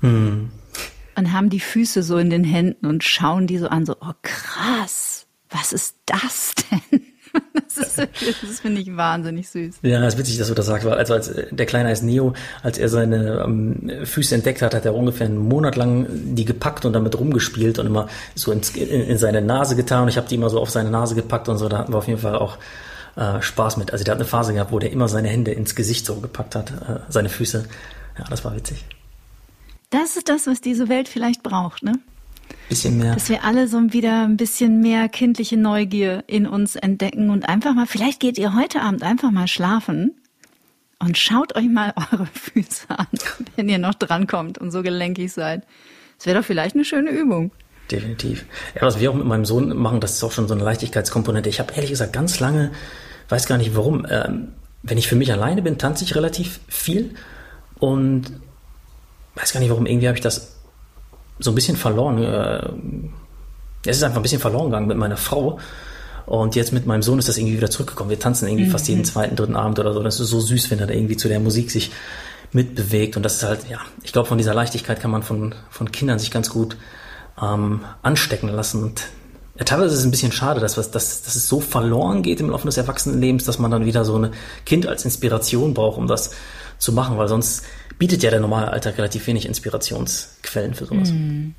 und haben die Füße so in den Händen und schauen die so an, so, oh krass, was ist das denn? Das finde ich wahnsinnig süß. Ja, es ist witzig, dass du das sagst, weil als der Kleine als Neo, als er seine Füße entdeckt hat, hat er ungefähr einen Monat lang die gepackt und damit rumgespielt und immer so in seine Nase getan und ich habe die immer so auf seine Nase gepackt und so, da hatten wir auf jeden Fall auch Spaß mit. Also der hat eine Phase gehabt, wo der immer seine Hände ins Gesicht so gepackt hat, seine Füße. Ja, das war witzig. Das ist das, was diese Welt vielleicht braucht, ne? Bisschen mehr. Dass wir alle so wieder ein bisschen mehr kindliche Neugier in uns entdecken und einfach mal, vielleicht geht ihr heute Abend einfach mal schlafen und schaut euch mal eure Füße an, wenn ihr noch drankommt und so gelenkig seid. Das wäre doch vielleicht eine schöne Übung. Definitiv. Ja, was wir auch mit meinem Sohn machen, das ist auch schon so eine Leichtigkeitskomponente. Ich habe ehrlich gesagt ganz lange, weiß gar nicht warum, wenn ich für mich alleine bin, tanze ich relativ viel und weiß gar nicht warum, irgendwie habe ich das so ein bisschen verloren. Es ist einfach ein bisschen verloren gegangen mit meiner Frau. Und jetzt mit meinem Sohn ist das irgendwie wieder zurückgekommen. Wir tanzen irgendwie fast jeden zweiten, dritten Abend oder so. Das ist so süß, wenn er da irgendwie zu der Musik sich mitbewegt. Und das ist halt, ja, ich glaube, von dieser Leichtigkeit kann man von Kindern sich ganz gut anstecken lassen. Und ja, teilweise ist es ein bisschen schade, dass es so verloren geht im Laufe des Erwachsenenlebens, dass man dann wieder so ein Kind als Inspiration braucht, um das zu machen, weil sonst bietet ja der normale Alltag relativ wenig Inspirationsquellen für sowas.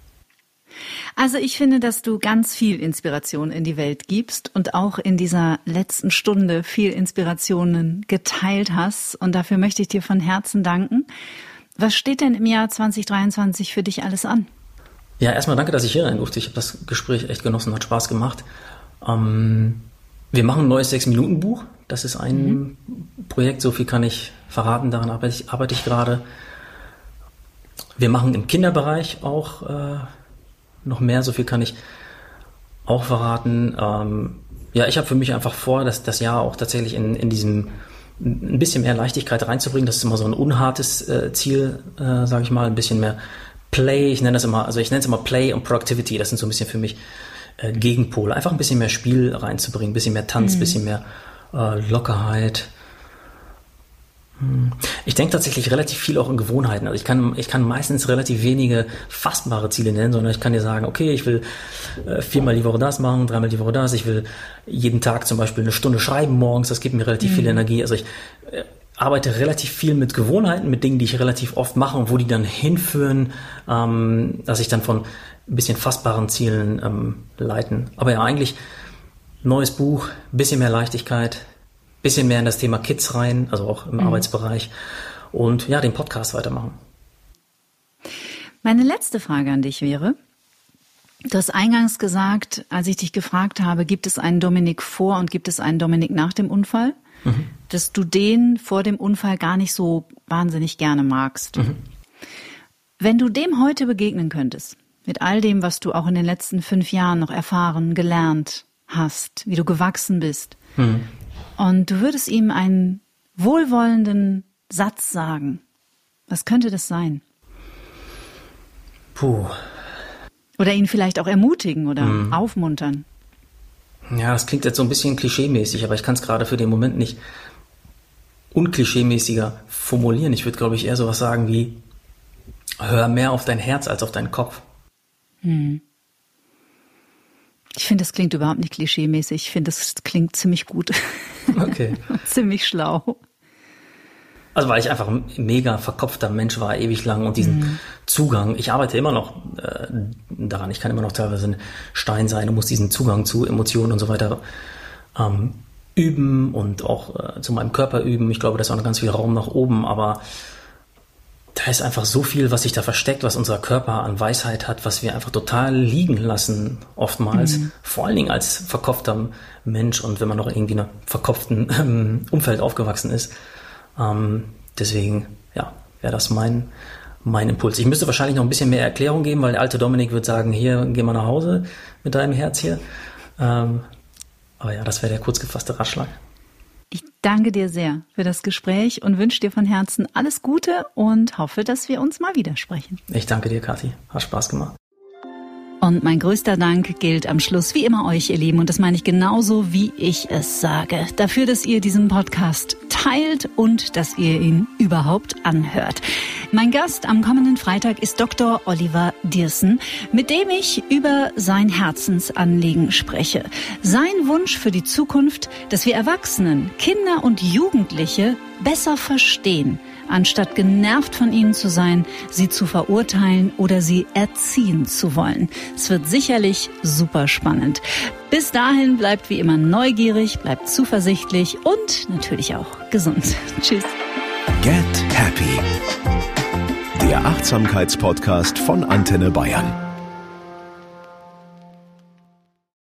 Also ich finde, dass du ganz viel Inspiration in die Welt gibst und auch in dieser letzten Stunde viel Inspirationen geteilt hast. Und dafür möchte ich dir von Herzen danken. Was steht denn im Jahr 2023 für dich alles an? Ja, erstmal danke, dass ich hier rein durfte. Ich habe das Gespräch echt genossen, hat Spaß gemacht. Wir machen ein neues 6-Minuten-Buch. Das ist ein Projekt, so viel kann ich verraten, daran arbeite ich gerade. Wir machen im Kinderbereich auch noch mehr, so viel kann ich auch verraten. Ja, ich habe für mich einfach vor, dass das Jahr auch tatsächlich in diesem ein bisschen mehr Leichtigkeit reinzubringen. Das ist immer so ein unhartes Ziel, sage ich mal, ein bisschen mehr Play. Ich nenne es immer Play und Productivity. Das sind so ein bisschen für mich Gegenpole. Einfach ein bisschen mehr Spiel reinzubringen, ein bisschen mehr Tanz, ein bisschen mehr Lockerheit. Ich denke tatsächlich relativ viel auch in Gewohnheiten. Also ich kann meistens relativ wenige fassbare Ziele nennen, sondern ich kann dir sagen, okay, ich will 4-mal die Woche das machen, 3-mal die Woche das. Ich will jeden Tag zum Beispiel 1 Stunde schreiben morgens. Das gibt mir relativ viel Energie. Also ich arbeite relativ viel mit Gewohnheiten, mit Dingen, die ich relativ oft mache und wo die dann hinführen, dass ich dann von ein bisschen fassbaren Zielen leiten. Aber ja, eigentlich neues Buch, bisschen mehr Leichtigkeit, bisschen mehr in das Thema Kids rein, also auch im Arbeitsbereich und ja, den Podcast weitermachen. Meine letzte Frage an dich wäre, du hast eingangs gesagt, als ich dich gefragt habe, gibt es einen Dominik vor und gibt es einen Dominik nach dem Unfall, dass du den vor dem Unfall gar nicht so wahnsinnig gerne magst. Wenn du dem heute begegnen könntest, mit all dem, was du auch in den letzten 5 Jahren noch erfahren, gelernt hast, wie du gewachsen bist, und du würdest ihm einen wohlwollenden Satz sagen, was könnte das sein? Puh. Oder ihn vielleicht auch ermutigen oder aufmuntern. Ja, das klingt jetzt so ein bisschen klischeemäßig, aber ich kann es gerade für den Moment nicht unklischeemäßiger formulieren. Ich würde, glaube ich, eher sowas sagen wie, hör mehr auf dein Herz als auf deinen Kopf. Ich finde, das klingt überhaupt nicht klischeemäßig. Ich finde, das klingt ziemlich gut. Okay. Ziemlich schlau. Also weil ich einfach ein mega verkopfter Mensch war, ewig lang und diesen Zugang, ich arbeite immer noch daran, ich kann immer noch teilweise ein Stein sein und muss diesen Zugang zu Emotionen und so weiter üben und auch zu meinem Körper üben. Ich glaube, da ist auch noch ganz viel Raum nach oben, aber da ist einfach so viel, was sich da versteckt, was unser Körper an Weisheit hat, was wir einfach total liegen lassen oftmals, vor allen Dingen als verkopfter Mensch und wenn man noch irgendwie in einem verkopften Umfeld aufgewachsen ist. Deswegen, ja, wäre das mein Impuls. Ich müsste wahrscheinlich noch ein bisschen mehr Erklärung geben, weil der alte Dominik wird sagen, hier, geh mal nach Hause mit deinem Herz hier. Aber ja, das wäre der kurz gefasste Ratschlag. Ich danke dir sehr für das Gespräch und wünsche dir von Herzen alles Gute und hoffe, dass wir uns mal wieder sprechen. Ich danke dir, Kathi. Hat Spaß gemacht. Und mein größter Dank gilt am Schluss wie immer euch, ihr Lieben. Und das meine ich genauso, wie ich es sage. Dafür, dass ihr diesen Podcast teilt und dass ihr ihn überhaupt anhört. Mein Gast am kommenden Freitag ist Dr. Oliver Dierssen, mit dem ich über sein Herzensanliegen spreche. Sein Wunsch für die Zukunft, dass wir Erwachsenen, Kinder und Jugendliche besser verstehen, anstatt genervt von ihnen zu sein, sie zu verurteilen oder sie erziehen zu wollen. Es wird sicherlich super spannend. Bis dahin bleibt wie immer neugierig, bleibt zuversichtlich und natürlich auch gesund. Tschüss. Get Happy. Der Achtsamkeitspodcast von Antenne Bayern.